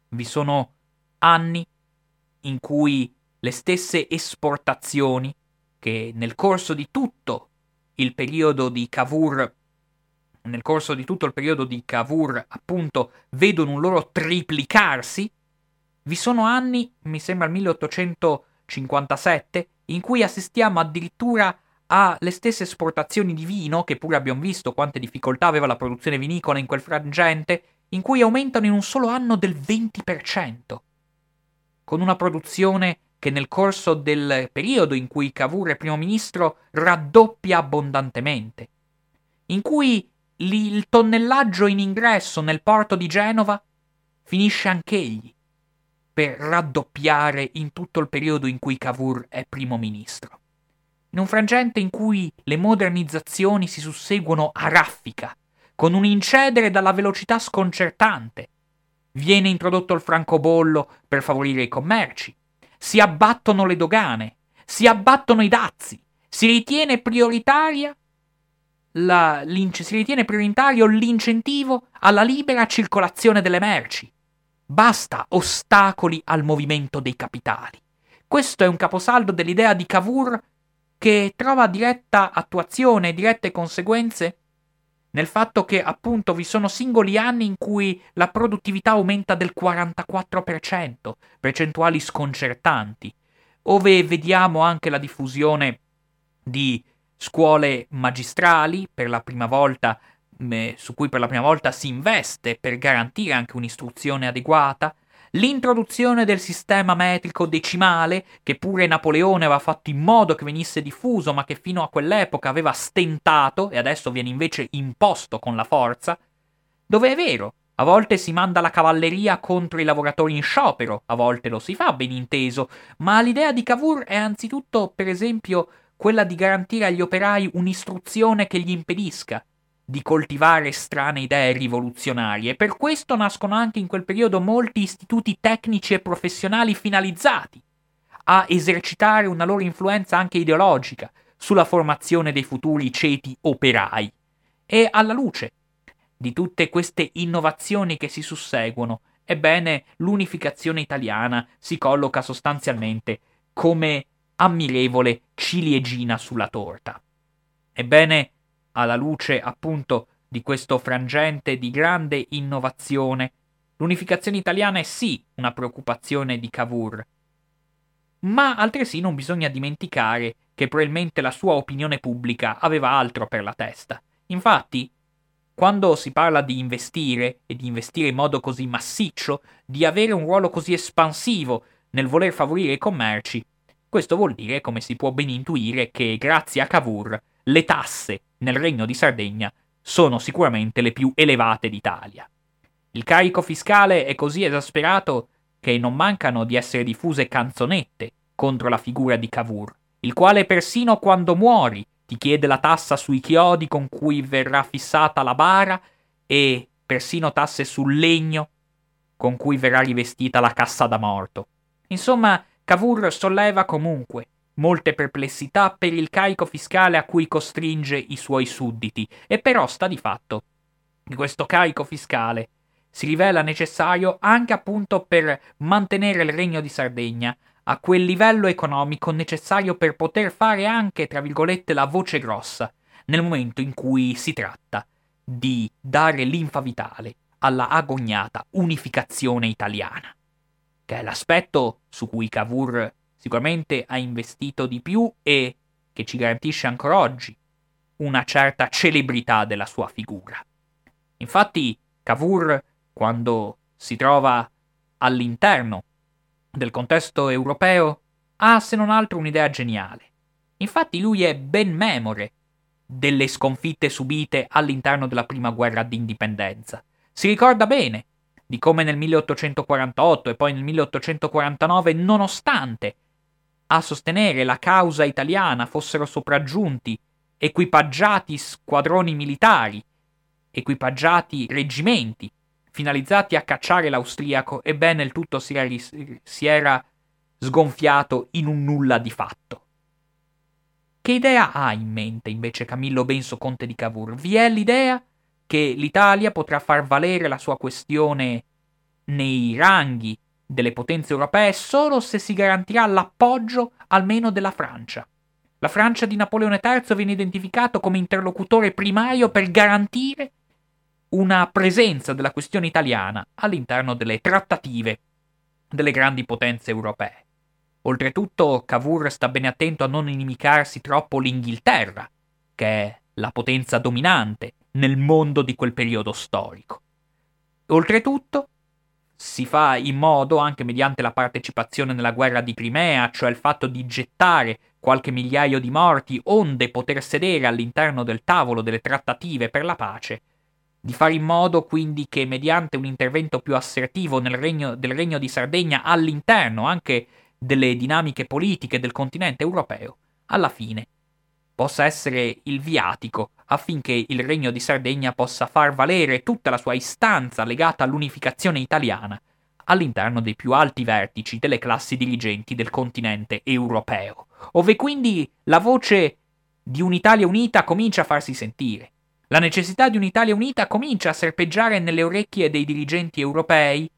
Vi sono anni in cui le stesse esportazioni, che nel corso di tutto il periodo di Cavour, nel corso di tutto il periodo di Cavour, appunto, vedono un loro triplicarsi, vi sono anni, mi sembra il milleottocentocinquantasette, in cui assistiamo addirittura alle stesse esportazioni di vino, che pure abbiamo visto quante difficoltà aveva la produzione vinicola in quel frangente, in cui aumentano in un solo anno del venti per cento, con una produzione che nel corso del periodo in cui Cavour è primo ministro raddoppia abbondantemente, in cui il tonnellaggio in ingresso nel porto di Genova finisce anch'egli per raddoppiare in tutto il periodo in cui Cavour è primo ministro. In un frangente in cui le modernizzazioni si susseguono a raffica, con un incedere dalla velocità sconcertante. Viene introdotto il francobollo per favorire i commerci, si abbattono le dogane, si abbattono i dazi, si ritiene prioritaria la, si ritiene prioritario l'incentivo alla libera circolazione delle merci. Basta ostacoli al movimento dei capitali. Questo è un caposaldo dell'idea di Cavour che trova diretta attuazione e dirette conseguenze nel fatto che appunto vi sono singoli anni in cui la produttività aumenta del quarantaquattro per cento, percentuali sconcertanti, ove vediamo anche la diffusione di scuole magistrali per la prima volta, eh, su cui per la prima volta si investe per garantire anche un'istruzione adeguata, l'introduzione del sistema metrico decimale, che pure Napoleone aveva fatto in modo che venisse diffuso, ma che fino a quell'epoca aveva stentato e adesso viene invece imposto con la forza, dove è vero, a volte si manda la cavalleria contro i lavoratori in sciopero, a volte lo si fa, ben inteso, ma l'idea di Cavour è anzitutto, per esempio, quella di garantire agli operai un'istruzione che gli impedisca di coltivare strane idee rivoluzionarie. Per questo nascono anche in quel periodo molti istituti tecnici e professionali finalizzati a esercitare una loro influenza anche ideologica sulla formazione dei futuri ceti operai. E alla luce di tutte queste innovazioni che si susseguono, ebbene, l'unificazione italiana si colloca sostanzialmente come ammirevole ciliegina sulla torta. Ebbene, alla luce appunto di questo frangente di grande innovazione, l'unificazione italiana è sì una preoccupazione di Cavour, ma altresì non bisogna dimenticare che probabilmente la sua opinione pubblica aveva altro per la testa. Infatti, quando si parla di investire, e di investire in modo così massiccio, di avere un ruolo così espansivo nel voler favorire i commerci, questo vuol dire, come si può ben intuire, che grazie a Cavour le tasse nel Regno di Sardegna sono sicuramente le più elevate d'Italia. Il carico fiscale è così esasperato che non mancano di essere diffuse canzonette contro la figura di Cavour, il quale persino quando muori ti chiede la tassa sui chiodi con cui verrà fissata la bara e persino tasse sul legno con cui verrà rivestita la cassa da morto. Insomma, Cavour solleva comunque molte perplessità per il carico fiscale a cui costringe i suoi sudditi, e però sta di fatto che questo carico fiscale si rivela necessario anche appunto per mantenere il Regno di Sardegna a quel livello economico necessario per poter fare anche, tra virgolette, la voce grossa nel momento in cui si tratta di dare linfa vitale alla agognata unificazione italiana, che è l'aspetto su cui Cavour sicuramente ha investito di più e che ci garantisce ancora oggi una certa celebrità della sua figura. Infatti, Cavour, quando si trova all'interno del contesto europeo, ha se non altro un'idea geniale. Infatti lui è ben memore delle sconfitte subite all'interno della prima guerra d'indipendenza. Si ricorda bene di come nel milleottocentoquarantotto e poi nel milleottocentoquarantanove, nonostante a sostenere la causa italiana fossero sopraggiunti equipaggiati squadroni militari, equipaggiati reggimenti, finalizzati a cacciare l'austriaco, ebbene il tutto si era, si era sgonfiato in un nulla di fatto. Che idea ha in mente invece Camillo Benso, conte di Cavour? Vi è l'idea che l'Italia potrà far valere la sua questione nei ranghi delle potenze europee solo se si garantirà l'appoggio almeno della Francia. La Francia di Napoleone terzo viene identificato come interlocutore primario per garantire una presenza della questione italiana all'interno delle trattative delle grandi potenze europee. Oltretutto, Cavour sta bene attento a non inimicarsi troppo l'Inghilterra, che è la potenza dominante nel mondo di quel periodo storico. Oltretutto, si fa in modo, anche mediante la partecipazione nella guerra di Crimea, cioè il fatto di gettare qualche migliaio di morti, onde poter sedere all'interno del tavolo delle trattative per la pace, di fare in modo quindi che mediante un intervento più assertivo nel regno, del Regno di Sardegna all'interno anche delle dinamiche politiche del continente europeo, alla fine possa essere il viatico affinché il Regno di Sardegna possa far valere tutta la sua istanza legata all'unificazione italiana all'interno dei più alti vertici delle classi dirigenti del continente europeo, ove quindi la voce di un'Italia unita comincia a farsi sentire. La necessità di un'Italia unita comincia a serpeggiare nelle orecchie dei dirigenti europei,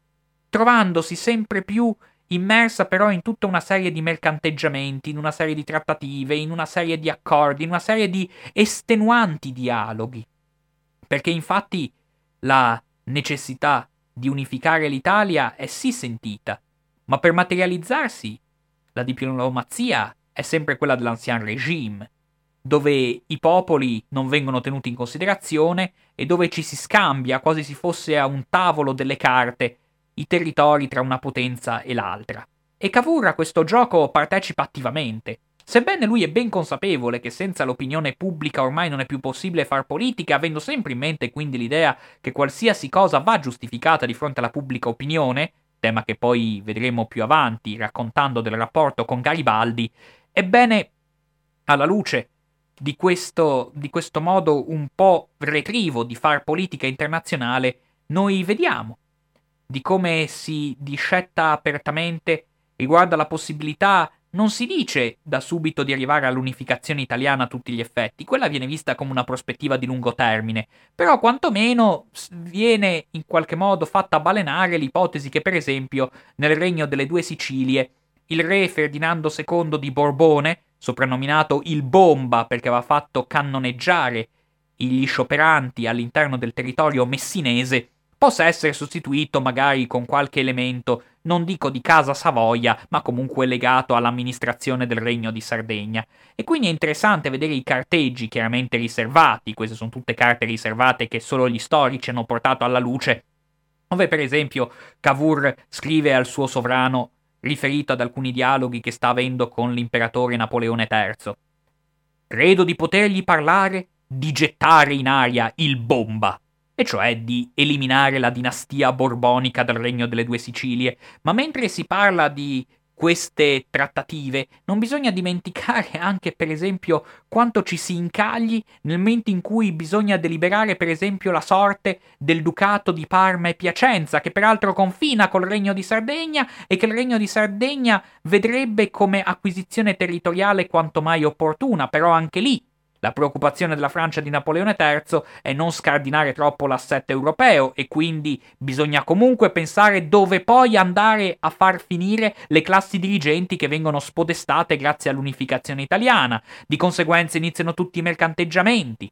trovandosi sempre più immersa però in tutta una serie di mercanteggiamenti, in una serie di trattative, in una serie di accordi, in una serie di estenuanti dialoghi. Perché infatti la necessità di unificare l'Italia è sì sentita, ma per materializzarsi la diplomazia è sempre quella dell'ancien régime, dove i popoli non vengono tenuti in considerazione e dove ci si scambia quasi si fosse a un tavolo delle carte i territori tra una potenza e l'altra. E Cavour a questo gioco partecipa attivamente. Sebbene lui è ben consapevole che senza l'opinione pubblica ormai non è più possibile far politica, avendo sempre in mente quindi l'idea che qualsiasi cosa va giustificata di fronte alla pubblica opinione, tema che poi vedremo più avanti raccontando del rapporto con Garibaldi, ebbene, alla luce di questo, di questo modo un po' retrivo di far politica internazionale, noi vediamo di come si discetta apertamente riguardo alla possibilità, non si dice da subito di arrivare all'unificazione italiana a tutti gli effetti, quella viene vista come una prospettiva di lungo termine, però quantomeno viene in qualche modo fatta balenare l'ipotesi che per esempio nel regno delle due Sicilie il re Ferdinando secondo di Borbone, soprannominato il Bomba perché aveva fatto cannoneggiare gli scioperanti all'interno del territorio messinese, possa essere sostituito magari con qualche elemento, non dico di Casa Savoia, ma comunque legato all'amministrazione del Regno di Sardegna. E quindi è interessante vedere i carteggi chiaramente riservati, queste sono tutte carte riservate che solo gli storici hanno portato alla luce, dove per esempio Cavour scrive al suo sovrano, riferito ad alcuni dialoghi che sta avendo con l'imperatore Napoleone terzo. Credo di potergli parlare di gettare in aria il Bomba, e cioè di eliminare la dinastia borbonica dal Regno delle Due Sicilie, ma mentre si parla di queste trattative non bisogna dimenticare anche per esempio quanto ci si incagli nel momento in cui bisogna deliberare per esempio la sorte del Ducato di Parma e Piacenza, che peraltro confina col Regno di Sardegna e che il Regno di Sardegna vedrebbe come acquisizione territoriale quanto mai opportuna, però anche lì la preoccupazione della Francia di Napoleone terzo è non scardinare troppo l'assetto europeo e quindi bisogna comunque pensare dove poi andare a far finire le classi dirigenti che vengono spodestate grazie all'unificazione italiana. Di conseguenza iniziano tutti i mercanteggiamenti.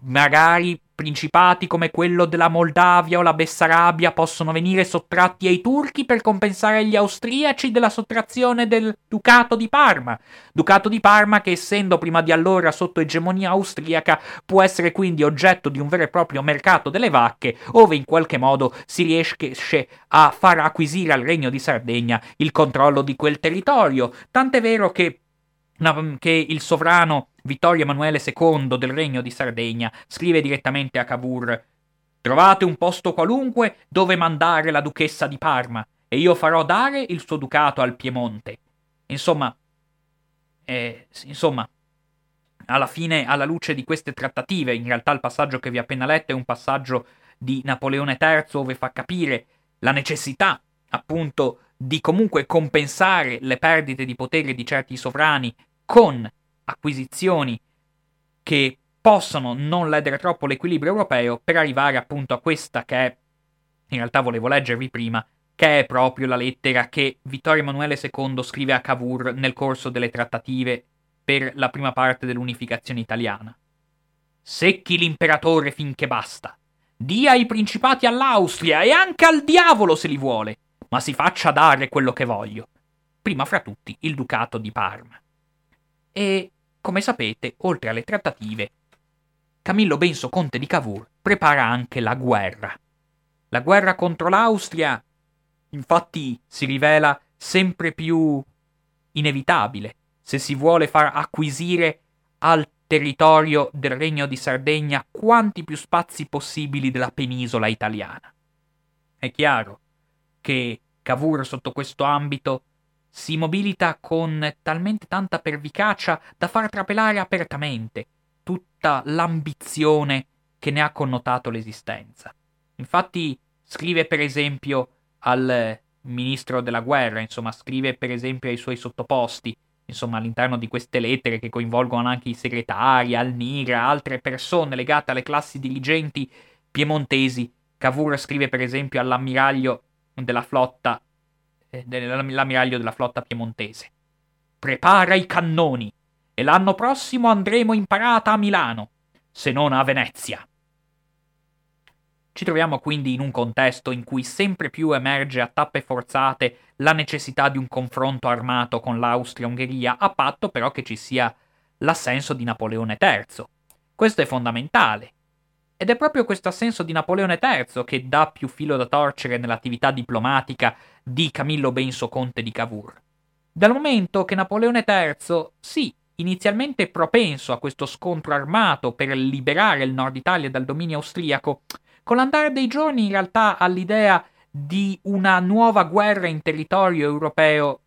Magari principati come quello della Moldavia o la Bessarabia possono venire sottratti ai turchi per compensare gli austriaci della sottrazione del Ducato di Parma. Ducato di Parma che, essendo prima di allora sotto egemonia austriaca, può essere quindi oggetto di un vero e proprio mercato delle vacche, ove in qualche modo si riesce a far acquisire al Regno di Sardegna il controllo di quel territorio. Tant'è vero che che il sovrano Vittorio Emanuele secondo del Regno di Sardegna scrive direttamente a Cavour: trovate un posto qualunque dove mandare la duchessa di Parma e io farò dare il suo ducato al Piemonte. Insomma, eh, insomma, alla fine, alla luce di queste trattative, in realtà il passaggio che vi ho appena letto è un passaggio di Napoleone terzo dove fa capire la necessità, appunto, di comunque compensare le perdite di potere di certi sovrani con acquisizioni che possono non ledere troppo l'equilibrio europeo per arrivare appunto a questa che è in realtà volevo leggervi prima, che è proprio la lettera che Vittorio Emanuele secondo scrive a Cavour nel corso delle trattative per la prima parte dell'unificazione italiana. Secchi l'imperatore finché basta. Dia i principati all'Austria e anche al diavolo se li vuole, ma si faccia dare quello che voglio. Prima fra tutti il ducato di Parma. E, come sapete, oltre alle trattative, Camillo Benso, conte di Cavour, prepara anche la guerra. La guerra contro l'Austria, infatti, si rivela sempre più inevitabile se si vuole far acquisire al territorio del Regno di Sardegna quanti più spazi possibili della penisola italiana. È chiaro che Cavour sotto questo ambito si mobilita con talmente tanta pervicacia da far trapelare apertamente tutta l'ambizione che ne ha connotato l'esistenza. Infatti scrive per esempio al ministro della guerra, insomma scrive per esempio ai suoi sottoposti, insomma all'interno di queste lettere che coinvolgono anche i segretari, Alnira, altre persone legate alle classi dirigenti piemontesi. Cavour scrive per esempio all'ammiraglio della flotta eh, dell'ammiraglio della flotta piemontese: prepara i cannoni e l'anno prossimo andremo in parata a Milano, se non a Venezia. Ci troviamo quindi in un contesto in cui sempre più emerge a tappe forzate la necessità di un confronto armato con l'Austria-Ungheria, a patto però che ci sia l'assenso di Napoleone terzo. Questo è fondamentale. Ed è proprio questo assenso di Napoleone terzo che dà più filo da torcere nell'attività diplomatica di Camillo Benso, conte di Cavour. Dal momento che Napoleone terzo, sì, inizialmente propenso a questo scontro armato per liberare il nord Italia dal dominio austriaco, con l'andare dei giorni in realtà all'idea di una nuova guerra in territorio europeo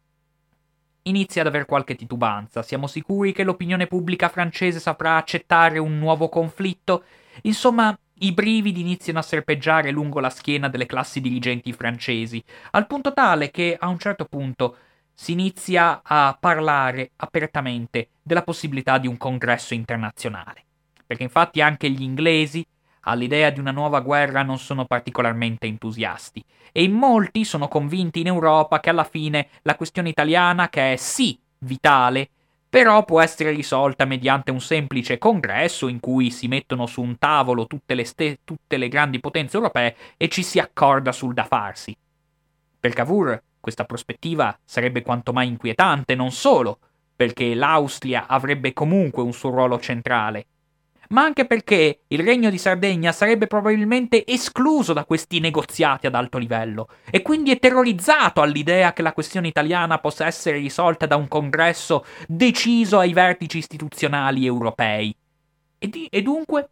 inizia ad aver qualche titubanza. Siamo sicuri che l'opinione pubblica francese saprà accettare un nuovo conflitto? Insomma, i brividi iniziano a serpeggiare lungo la schiena delle classi dirigenti francesi, al punto tale che a un certo punto si inizia a parlare apertamente della possibilità di un congresso internazionale. Perché infatti anche gli inglesi all'idea di una nuova guerra non sono particolarmente entusiasti, e in molti sono convinti in Europa che alla fine la questione italiana, che è sì vitale, però può essere risolta mediante un semplice congresso in cui si mettono su un tavolo tutte le, ste- tutte le grandi potenze europee e ci si accorda sul da farsi. Per Cavour questa prospettiva sarebbe quanto mai inquietante, non solo perché l'Austria avrebbe comunque un suo ruolo centrale, ma anche perché il Regno di Sardegna sarebbe probabilmente escluso da questi negoziati ad alto livello, e quindi è terrorizzato all'idea che la questione italiana possa essere risolta da un congresso deciso ai vertici istituzionali europei. E, di- e dunque?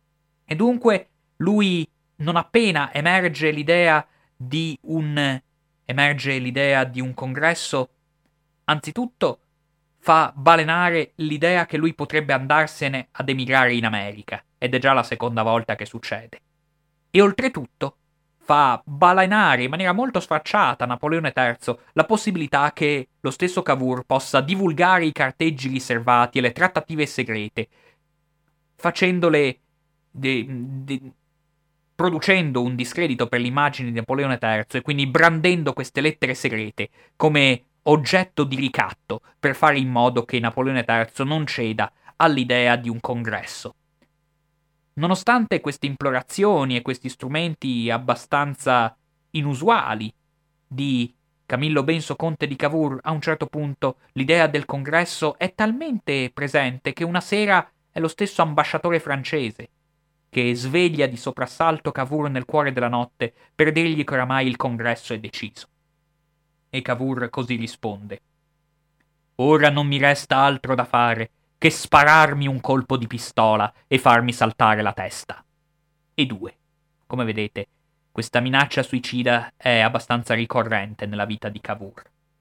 E dunque lui, non appena emerge l'idea di un emerge l'idea di un congresso, anzitutto fa balenare l'idea che lui potrebbe andarsene ad emigrare in America, ed è già la seconda volta che succede. E oltretutto fa balenare in maniera molto sfacciata a Napoleone terzo la possibilità che lo stesso Cavour possa divulgare i carteggi riservati e le trattative segrete, facendole de, de, producendo un discredito per l'immagine di Napoleone terzo e quindi brandendo queste lettere segrete come oggetto di ricatto per fare in modo che Napoleone terzo non ceda all'idea di un congresso. Nonostante queste implorazioni e questi strumenti abbastanza inusuali di Camillo Benso, conte di Cavour, a un certo punto l'idea del congresso è talmente presente che una sera è lo stesso ambasciatore francese che sveglia di soprassalto Cavour nel cuore della notte per dirgli che oramai il congresso è deciso. E Cavour così risponde: ora non mi resta altro da fare che spararmi un colpo di pistola e farmi saltare la testa. E due. Come vedete, questa minaccia suicida è abbastanza ricorrente nella vita di Cavour.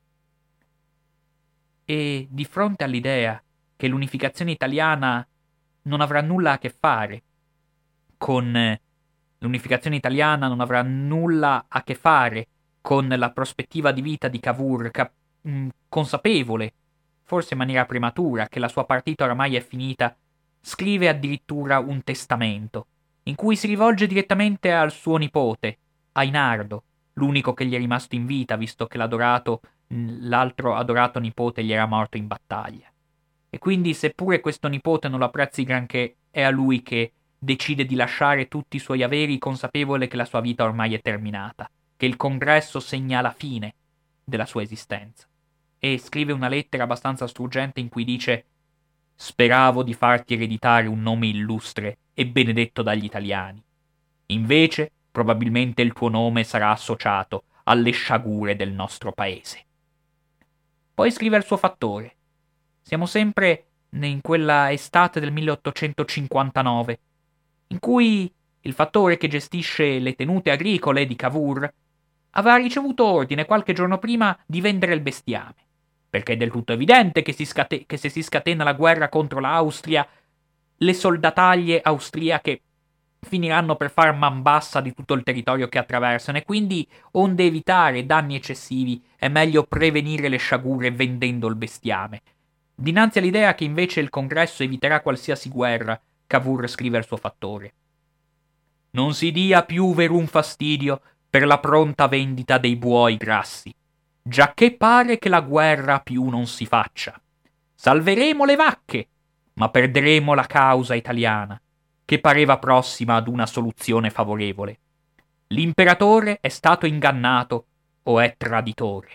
E di fronte all'idea che l'unificazione italiana non avrà nulla a che fare con l'unificazione italiana non avrà nulla a che fare con la prospettiva di vita di Cavour, cap- mh, consapevole, forse in maniera prematura, che la sua partita oramai è finita, scrive addirittura un testamento, in cui si rivolge direttamente al suo nipote, Ainardo, l'unico che gli è rimasto in vita, visto che l'adorato, l'altro adorato nipote gli era morto in battaglia. E quindi, seppure questo nipote non lo apprezzi granché, è a lui che decide di lasciare tutti i suoi averi, consapevole che la sua vita ormai è terminata, che il congresso segna la fine della sua esistenza. E scrive una lettera abbastanza struggente in cui dice: «Speravo di farti ereditare un nome illustre e benedetto dagli italiani. Invece, probabilmente il tuo nome sarà associato alle sciagure del nostro paese». Poi scrive al suo fattore. Siamo sempre in quella estate del milleottocentocinquantanove, in cui il fattore che gestisce le tenute agricole di Cavour aveva ricevuto ordine qualche giorno prima di vendere il bestiame, perché è del tutto evidente che, si scate- che se si scatena la guerra contro l'Austria, le soldataglie austriache finiranno per far man bassa di tutto il territorio che attraversano, e quindi, onde evitare danni eccessivi, è meglio prevenire le sciagure vendendo il bestiame. Dinanzi all'idea che invece il congresso eviterà qualsiasi guerra, Cavour scrive al suo fattore: «Non si dia più verun fastidio per la pronta vendita dei buoi grassi, giacché pare che la guerra più non si faccia. Salveremo le vacche, ma perderemo la causa italiana, che pareva prossima ad una soluzione favorevole. L'imperatore è stato ingannato o è traditore».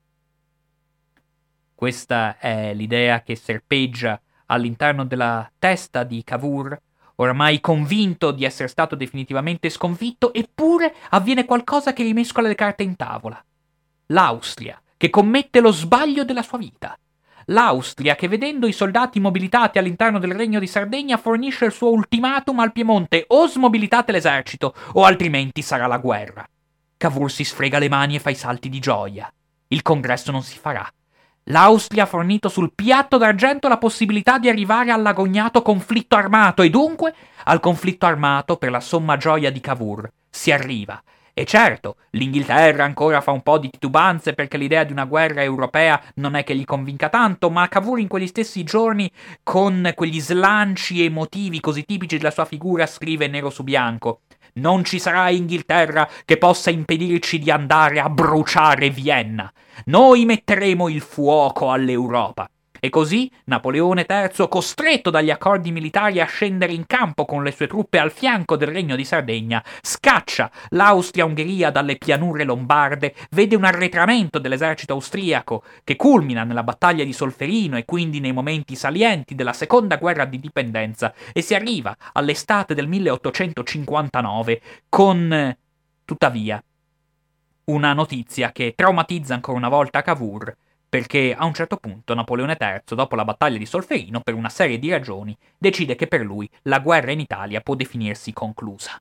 Questa è l'idea che serpeggia all'interno della testa di Cavour, ormai convinto di essere stato definitivamente sconfitto, eppure avviene qualcosa che rimescola le carte in tavola. L'Austria, che commette lo sbaglio della sua vita. L'Austria, che vedendo i soldati mobilitati all'interno del Regno di Sardegna, fornisce il suo ultimatum al Piemonte: o smobilitate l'esercito, o altrimenti sarà la guerra. Cavour si sfrega le mani e fa i salti di gioia. Il congresso non si farà. L'Austria ha fornito sul piatto d'argento la possibilità di arrivare all'agognato conflitto armato, e dunque al conflitto armato, per la somma gioia di Cavour, si arriva. E certo, l'Inghilterra ancora fa un po' di titubanze, perché l'idea di una guerra europea non è che gli convinca tanto, ma Cavour in quegli stessi giorni, con quegli slanci emotivi così tipici della sua figura, scrive nero su bianco: «Non ci sarà Inghilterra che possa impedirci di andare a bruciare Vienna. Noi metteremo il fuoco all'Europa». E così Napoleone terzo, costretto dagli accordi militari a scendere in campo con le sue truppe al fianco del Regno di Sardegna, scaccia l'Austria-Ungheria dalle pianure lombarde, vede un arretramento dell'esercito austriaco che culmina nella battaglia di Solferino e quindi nei momenti salienti della seconda guerra di dipendenza, e si arriva all'estate del milleottocentocinquantanove con, tuttavia, una notizia che traumatizza ancora una volta Cavour, perché a un certo punto Napoleone terzo, dopo la battaglia di Solferino, per una serie di ragioni, decide che per lui la guerra in Italia può definirsi conclusa.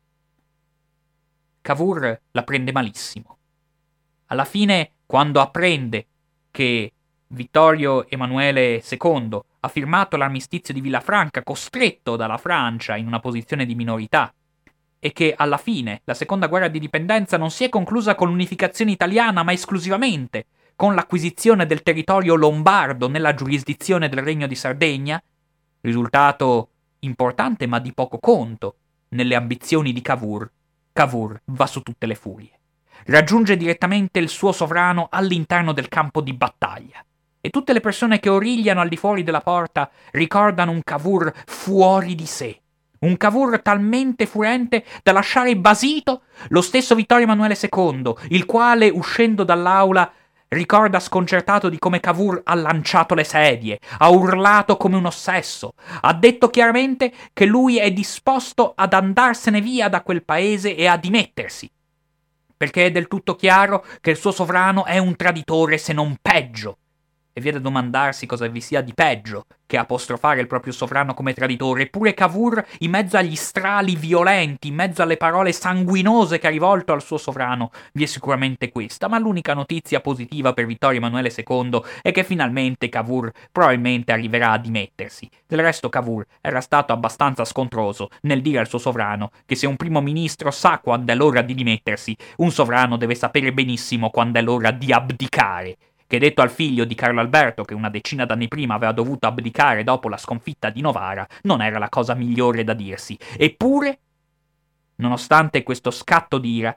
Cavour la prende malissimo. Alla fine, quando apprende che Vittorio Emanuele secondo ha firmato l'armistizio di Villafranca, costretto dalla Francia in una posizione di minorità, e che alla fine la seconda guerra di dipendenza non si è conclusa con l'unificazione italiana, ma esclusivamente con l'acquisizione del territorio lombardo nella giurisdizione del Regno di Sardegna, risultato importante ma di poco conto nelle ambizioni di Cavour, Cavour va su tutte le furie. Raggiunge direttamente il suo sovrano all'interno del campo di battaglia, e tutte le persone che origliano al di fuori della porta ricordano un Cavour fuori di sé. Un Cavour talmente furente da lasciare basito lo stesso Vittorio Emanuele secondo, il quale, uscendo dall'aula, ricorda sconcertato di come Cavour ha lanciato le sedie, ha urlato come un ossesso, ha detto chiaramente che lui è disposto ad andarsene via da quel paese e a dimettersi, perché è del tutto chiaro che il suo sovrano è un traditore, se non peggio. E viene da domandarsi cosa vi sia di peggio che apostrofare il proprio sovrano come traditore. Eppure Cavour, in mezzo agli strali violenti, in mezzo alle parole sanguinose che ha rivolto al suo sovrano, vi è sicuramente questa. Ma l'unica notizia positiva per Vittorio Emanuele secondo è che finalmente Cavour probabilmente arriverà a dimettersi. Del resto Cavour era stato abbastanza scontroso nel dire al suo sovrano che se un primo ministro sa quando è l'ora di dimettersi, un sovrano deve sapere benissimo quando è l'ora di abdicare. Che detto al figlio di Carlo Alberto, che una decina d'anni prima aveva dovuto abdicare dopo la sconfitta di Novara, non era la cosa migliore da dirsi. Eppure, nonostante questo scatto d'ira,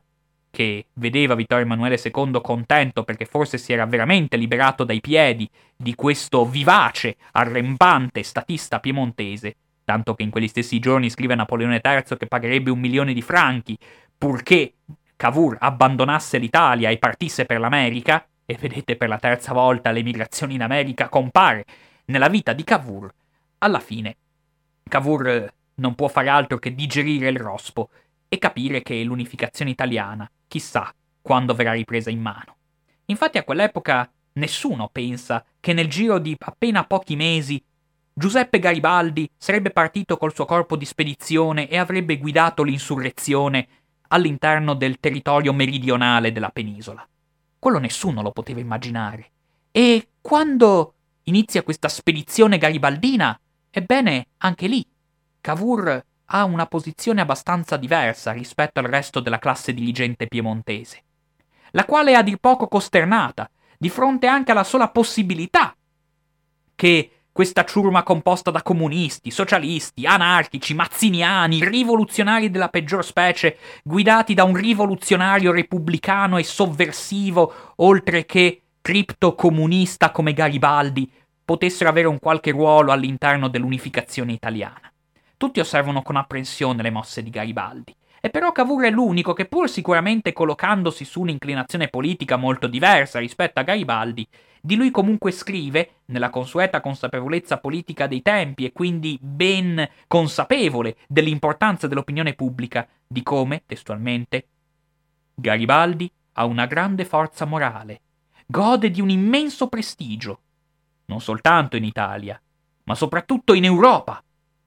che vedeva Vittorio Emanuele secondo contento perché forse si era veramente liberato dai piedi di questo vivace, arrembante statista piemontese, tanto che in quegli stessi giorni scrive a Napoleone terzo che pagherebbe un milione di franchi purché Cavour abbandonasse l'Italia e partisse per l'America, e vedete per la terza volta l'emigrazione in America compare nella vita di Cavour. Alla fine Cavour non può fare altro che digerire il rospo e capire che l'unificazione italiana, chissà quando verrà ripresa in mano. Infatti a quell'epoca nessuno pensa che nel giro di appena pochi mesi Giuseppe Garibaldi sarebbe partito col suo corpo di spedizione e avrebbe guidato l'insurrezione all'interno del territorio meridionale della penisola. Quello nessuno lo poteva immaginare. E quando inizia questa spedizione garibaldina, ebbene, anche lì, Cavour ha una posizione abbastanza diversa rispetto al resto della classe dirigente piemontese, la quale è a dir poco costernata, di fronte anche alla sola possibilità che questa ciurma composta da comunisti, socialisti, anarchici, mazziniani, rivoluzionari della peggior specie, guidati da un rivoluzionario repubblicano e sovversivo, oltre che criptocomunista come Garibaldi, potessero avere un qualche ruolo all'interno dell'unificazione italiana. Tutti osservano con apprensione le mosse di Garibaldi. E però Cavour è l'unico che, pur sicuramente collocandosi su un'inclinazione politica molto diversa rispetto a Garibaldi, di lui comunque scrive, nella consueta consapevolezza politica dei tempi e quindi ben consapevole dell'importanza dell'opinione pubblica, di come, testualmente, Garibaldi ha una grande forza morale, gode di un immenso prestigio, non soltanto in Italia, ma soprattutto in Europa.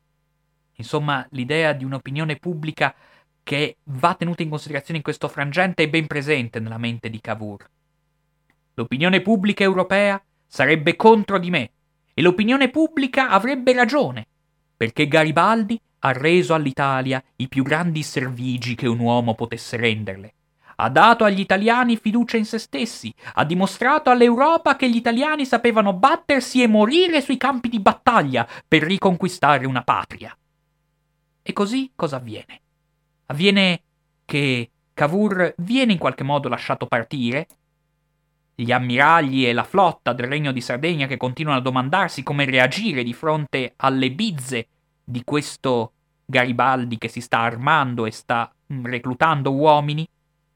Insomma, l'idea di un'opinione pubblica che va tenuta in considerazione in questo frangente è ben presente nella mente di Cavour. L'opinione pubblica europea sarebbe contro di me e l'opinione pubblica avrebbe ragione, perché Garibaldi ha reso all'Italia i più grandi servigi che un uomo potesse renderle. Ha dato agli italiani fiducia in se stessi, ha dimostrato all'Europa che gli italiani sapevano battersi e morire sui campi di battaglia per riconquistare una patria. E così cosa avviene? Avviene che Cavour viene in qualche modo lasciato partire, gli ammiragli e la flotta del Regno di Sardegna che continuano a domandarsi come reagire di fronte alle bizze di questo Garibaldi che si sta armando e sta mm, reclutando uomini.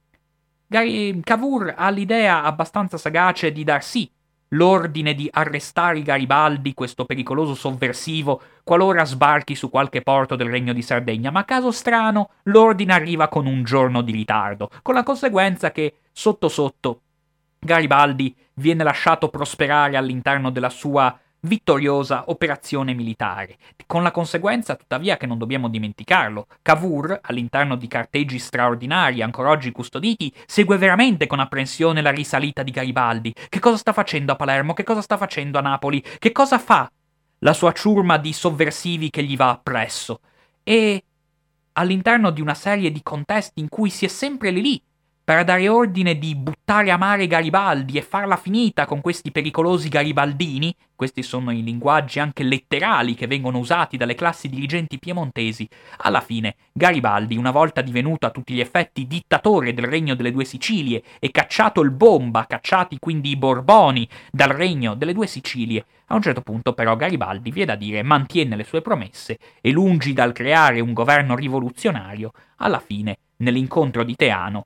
Gar- Cavour ha l'idea abbastanza sagace di dar sì l'ordine di arrestare Garibaldi, questo pericoloso sovversivo, qualora sbarchi su qualche porto del Regno di Sardegna, ma a caso strano l'ordine arriva con un giorno di ritardo, con la conseguenza che, sotto sotto, Garibaldi viene lasciato prosperare all'interno della sua vittoriosa operazione militare, con la conseguenza tuttavia che non dobbiamo dimenticarlo, Cavour, all'interno di carteggi straordinari ancora oggi custoditi, segue veramente con apprensione la risalita di Garibaldi. Che cosa sta facendo a Palermo? Che cosa sta facendo a Napoli? Che cosa fa la sua ciurma di sovversivi che gli va appresso? E all'interno di una serie di contesti in cui si è sempre lì lì per dare ordine di buttare a mare Garibaldi e farla finita con questi pericolosi garibaldini, questi sono i linguaggi anche letterali che vengono usati dalle classi dirigenti piemontesi, alla fine Garibaldi, una volta divenuto a tutti gli effetti dittatore del Regno delle Due Sicilie e cacciato il Bomba, cacciati quindi i Borboni dal Regno delle Due Sicilie, a un certo punto però Garibaldi, vi è da dire, mantiene le sue promesse e lungi dal creare un governo rivoluzionario, alla fine, nell'incontro di Teano,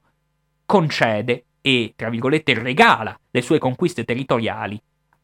concede e, tra virgolette, regala le sue conquiste territoriali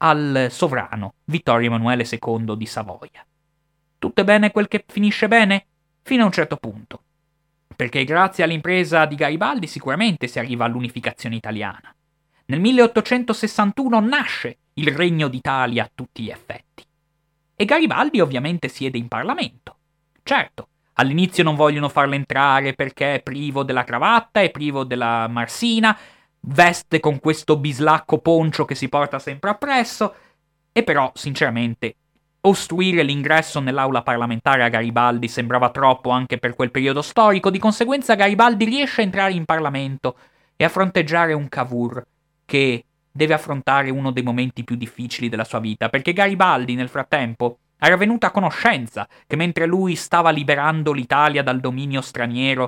al sovrano Vittorio Emanuele secondo di Savoia. Tutto è bene quel che finisce bene? Fino a un certo punto. Perché grazie all'impresa di Garibaldi sicuramente si arriva all'unificazione italiana. Nel milleottocentosessantuno nasce il Regno d'Italia a tutti gli effetti. E Garibaldi ovviamente siede in Parlamento. Certo, all'inizio non vogliono farlo entrare perché è privo della cravatta, è privo della marsina, veste con questo bislacco poncio che si porta sempre appresso, e però, sinceramente, ostruire l'ingresso nell'aula parlamentare a Garibaldi sembrava troppo anche per quel periodo storico, di conseguenza Garibaldi riesce a entrare in Parlamento e a fronteggiare un Cavour che deve affrontare uno dei momenti più difficili della sua vita, perché Garibaldi, nel frattempo, era venuto a conoscenza che mentre lui stava liberando l'Italia dal dominio straniero,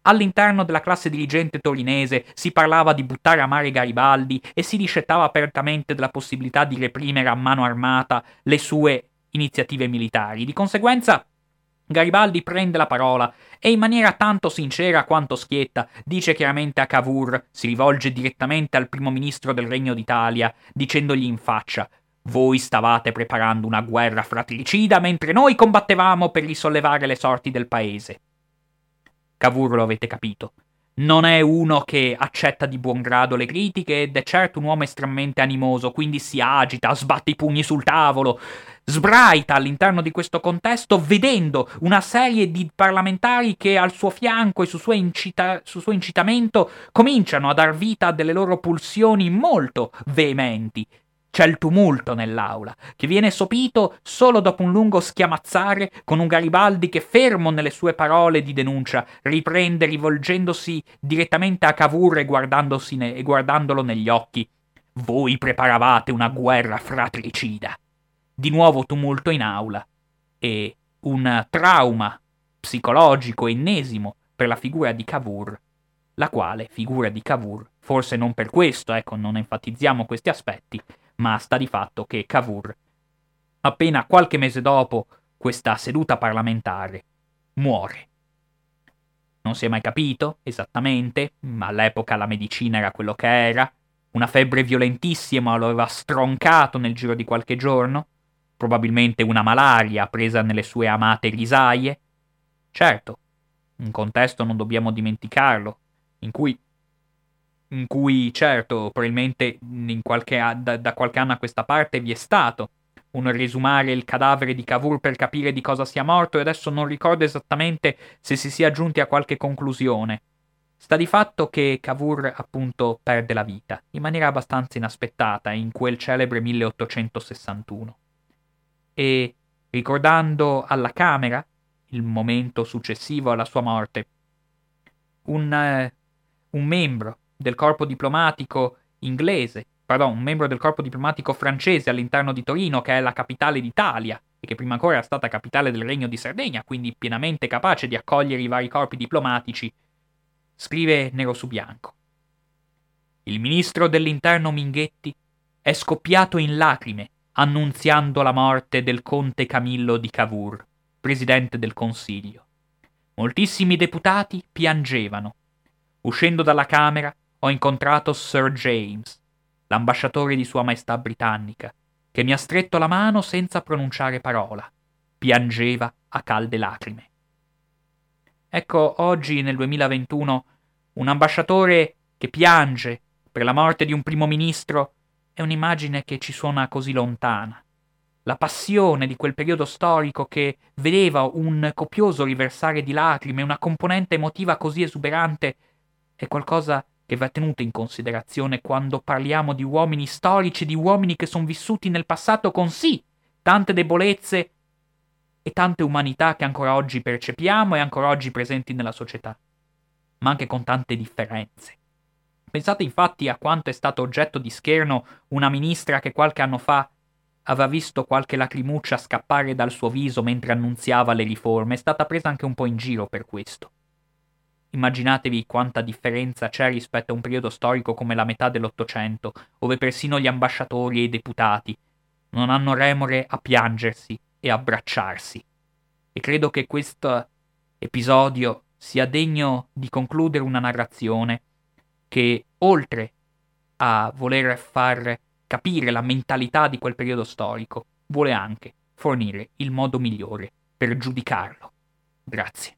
All'interno della classe dirigente torinese si parlava di buttare a mare Garibaldi e si discettava apertamente della possibilità di reprimere a mano armata le sue iniziative militari. Di conseguenza, Garibaldi prende la parola e in maniera tanto sincera quanto schietta dice chiaramente a Cavour, si rivolge direttamente al primo ministro del Regno d'Italia, dicendogli in faccia: voi stavate preparando una guerra fratricida mentre noi combattevamo per risollevare le sorti del paese. Cavour, lo avete capito, non è uno che accetta di buon grado le critiche ed è certo un uomo estremamente animoso, quindi si agita, sbatte i pugni sul tavolo, sbraita all'interno di questo contesto vedendo una serie di parlamentari che al suo fianco e su suo, incita- su suo incitamento cominciano a dar vita a delle loro pulsioni molto veementi. C'è il tumulto nell'aula, che viene sopito solo dopo un lungo schiamazzare, con un Garibaldi che, fermo nelle sue parole di denuncia, riprende rivolgendosi direttamente a Cavour e, guardandosi ne- e guardandolo negli occhi: voi preparavate una guerra fratricida. Di nuovo tumulto in aula e un trauma psicologico ennesimo per la figura di Cavour, la quale figura di Cavour, forse non per questo, ecco, non enfatizziamo questi aspetti, ma sta di fatto che Cavour, appena qualche mese dopo questa seduta parlamentare, muore. Non si è mai capito esattamente, ma all'epoca la medicina era quello che era, una febbre violentissima lo aveva stroncato nel giro di qualche giorno, probabilmente una malaria presa nelle sue amate risaie. Certo, un contesto non dobbiamo dimenticarlo, in cui in cui, certo, probabilmente in qualche a- da, da qualche anno a questa parte vi è stato un riesumare il cadavere di Cavour per capire di cosa sia morto, e adesso non ricordo esattamente se si sia giunti a qualche conclusione. Sta di fatto che Cavour, appunto, perde la vita, in maniera abbastanza inaspettata, in quel celebre milleottocentosessantuno. E, ricordando alla Camera, il momento successivo alla sua morte, un, eh, un membro del corpo diplomatico inglese, pardon, un membro del corpo diplomatico francese all'interno di Torino, che è la capitale d'Italia e che prima ancora era stata capitale del Regno di Sardegna, quindi pienamente capace di accogliere i vari corpi diplomatici, scrive nero su bianco: il ministro dell'interno Minghetti è scoppiato in lacrime annunziando la morte del conte Camillo di Cavour, presidente del Consiglio. Moltissimi deputati piangevano. Uscendo dalla Camera ho incontrato Sir James, l'ambasciatore di Sua Maestà Britannica, che mi ha stretto la mano senza pronunciare parola. Piangeva a calde lacrime. Ecco, oggi nel duemilaventuno un ambasciatore che piange per la morte di un primo ministro è un'immagine che ci suona così lontana. La passione di quel periodo storico che vedeva un copioso riversare di lacrime, una componente emotiva così esuberante, è qualcosa che va tenuto in considerazione quando parliamo di uomini storici, di uomini che sono vissuti nel passato con sì tante debolezze e tante umanità che ancora oggi percepiamo e ancora oggi presenti nella società, ma anche con tante differenze. Pensate infatti a quanto è stato oggetto di scherno una ministra che qualche anno fa aveva visto qualche lacrimuccia scappare dal suo viso mentre annunziava le riforme, è stata presa anche un po' in giro per questo. Immaginatevi quanta differenza c'è rispetto a un periodo storico come la metà dell'Ottocento, dove persino gli ambasciatori e i deputati non hanno remore a piangersi e abbracciarsi. E credo che questo episodio sia degno di concludere una narrazione che, oltre a voler far capire la mentalità di quel periodo storico, vuole anche fornire il modo migliore per giudicarlo. Grazie.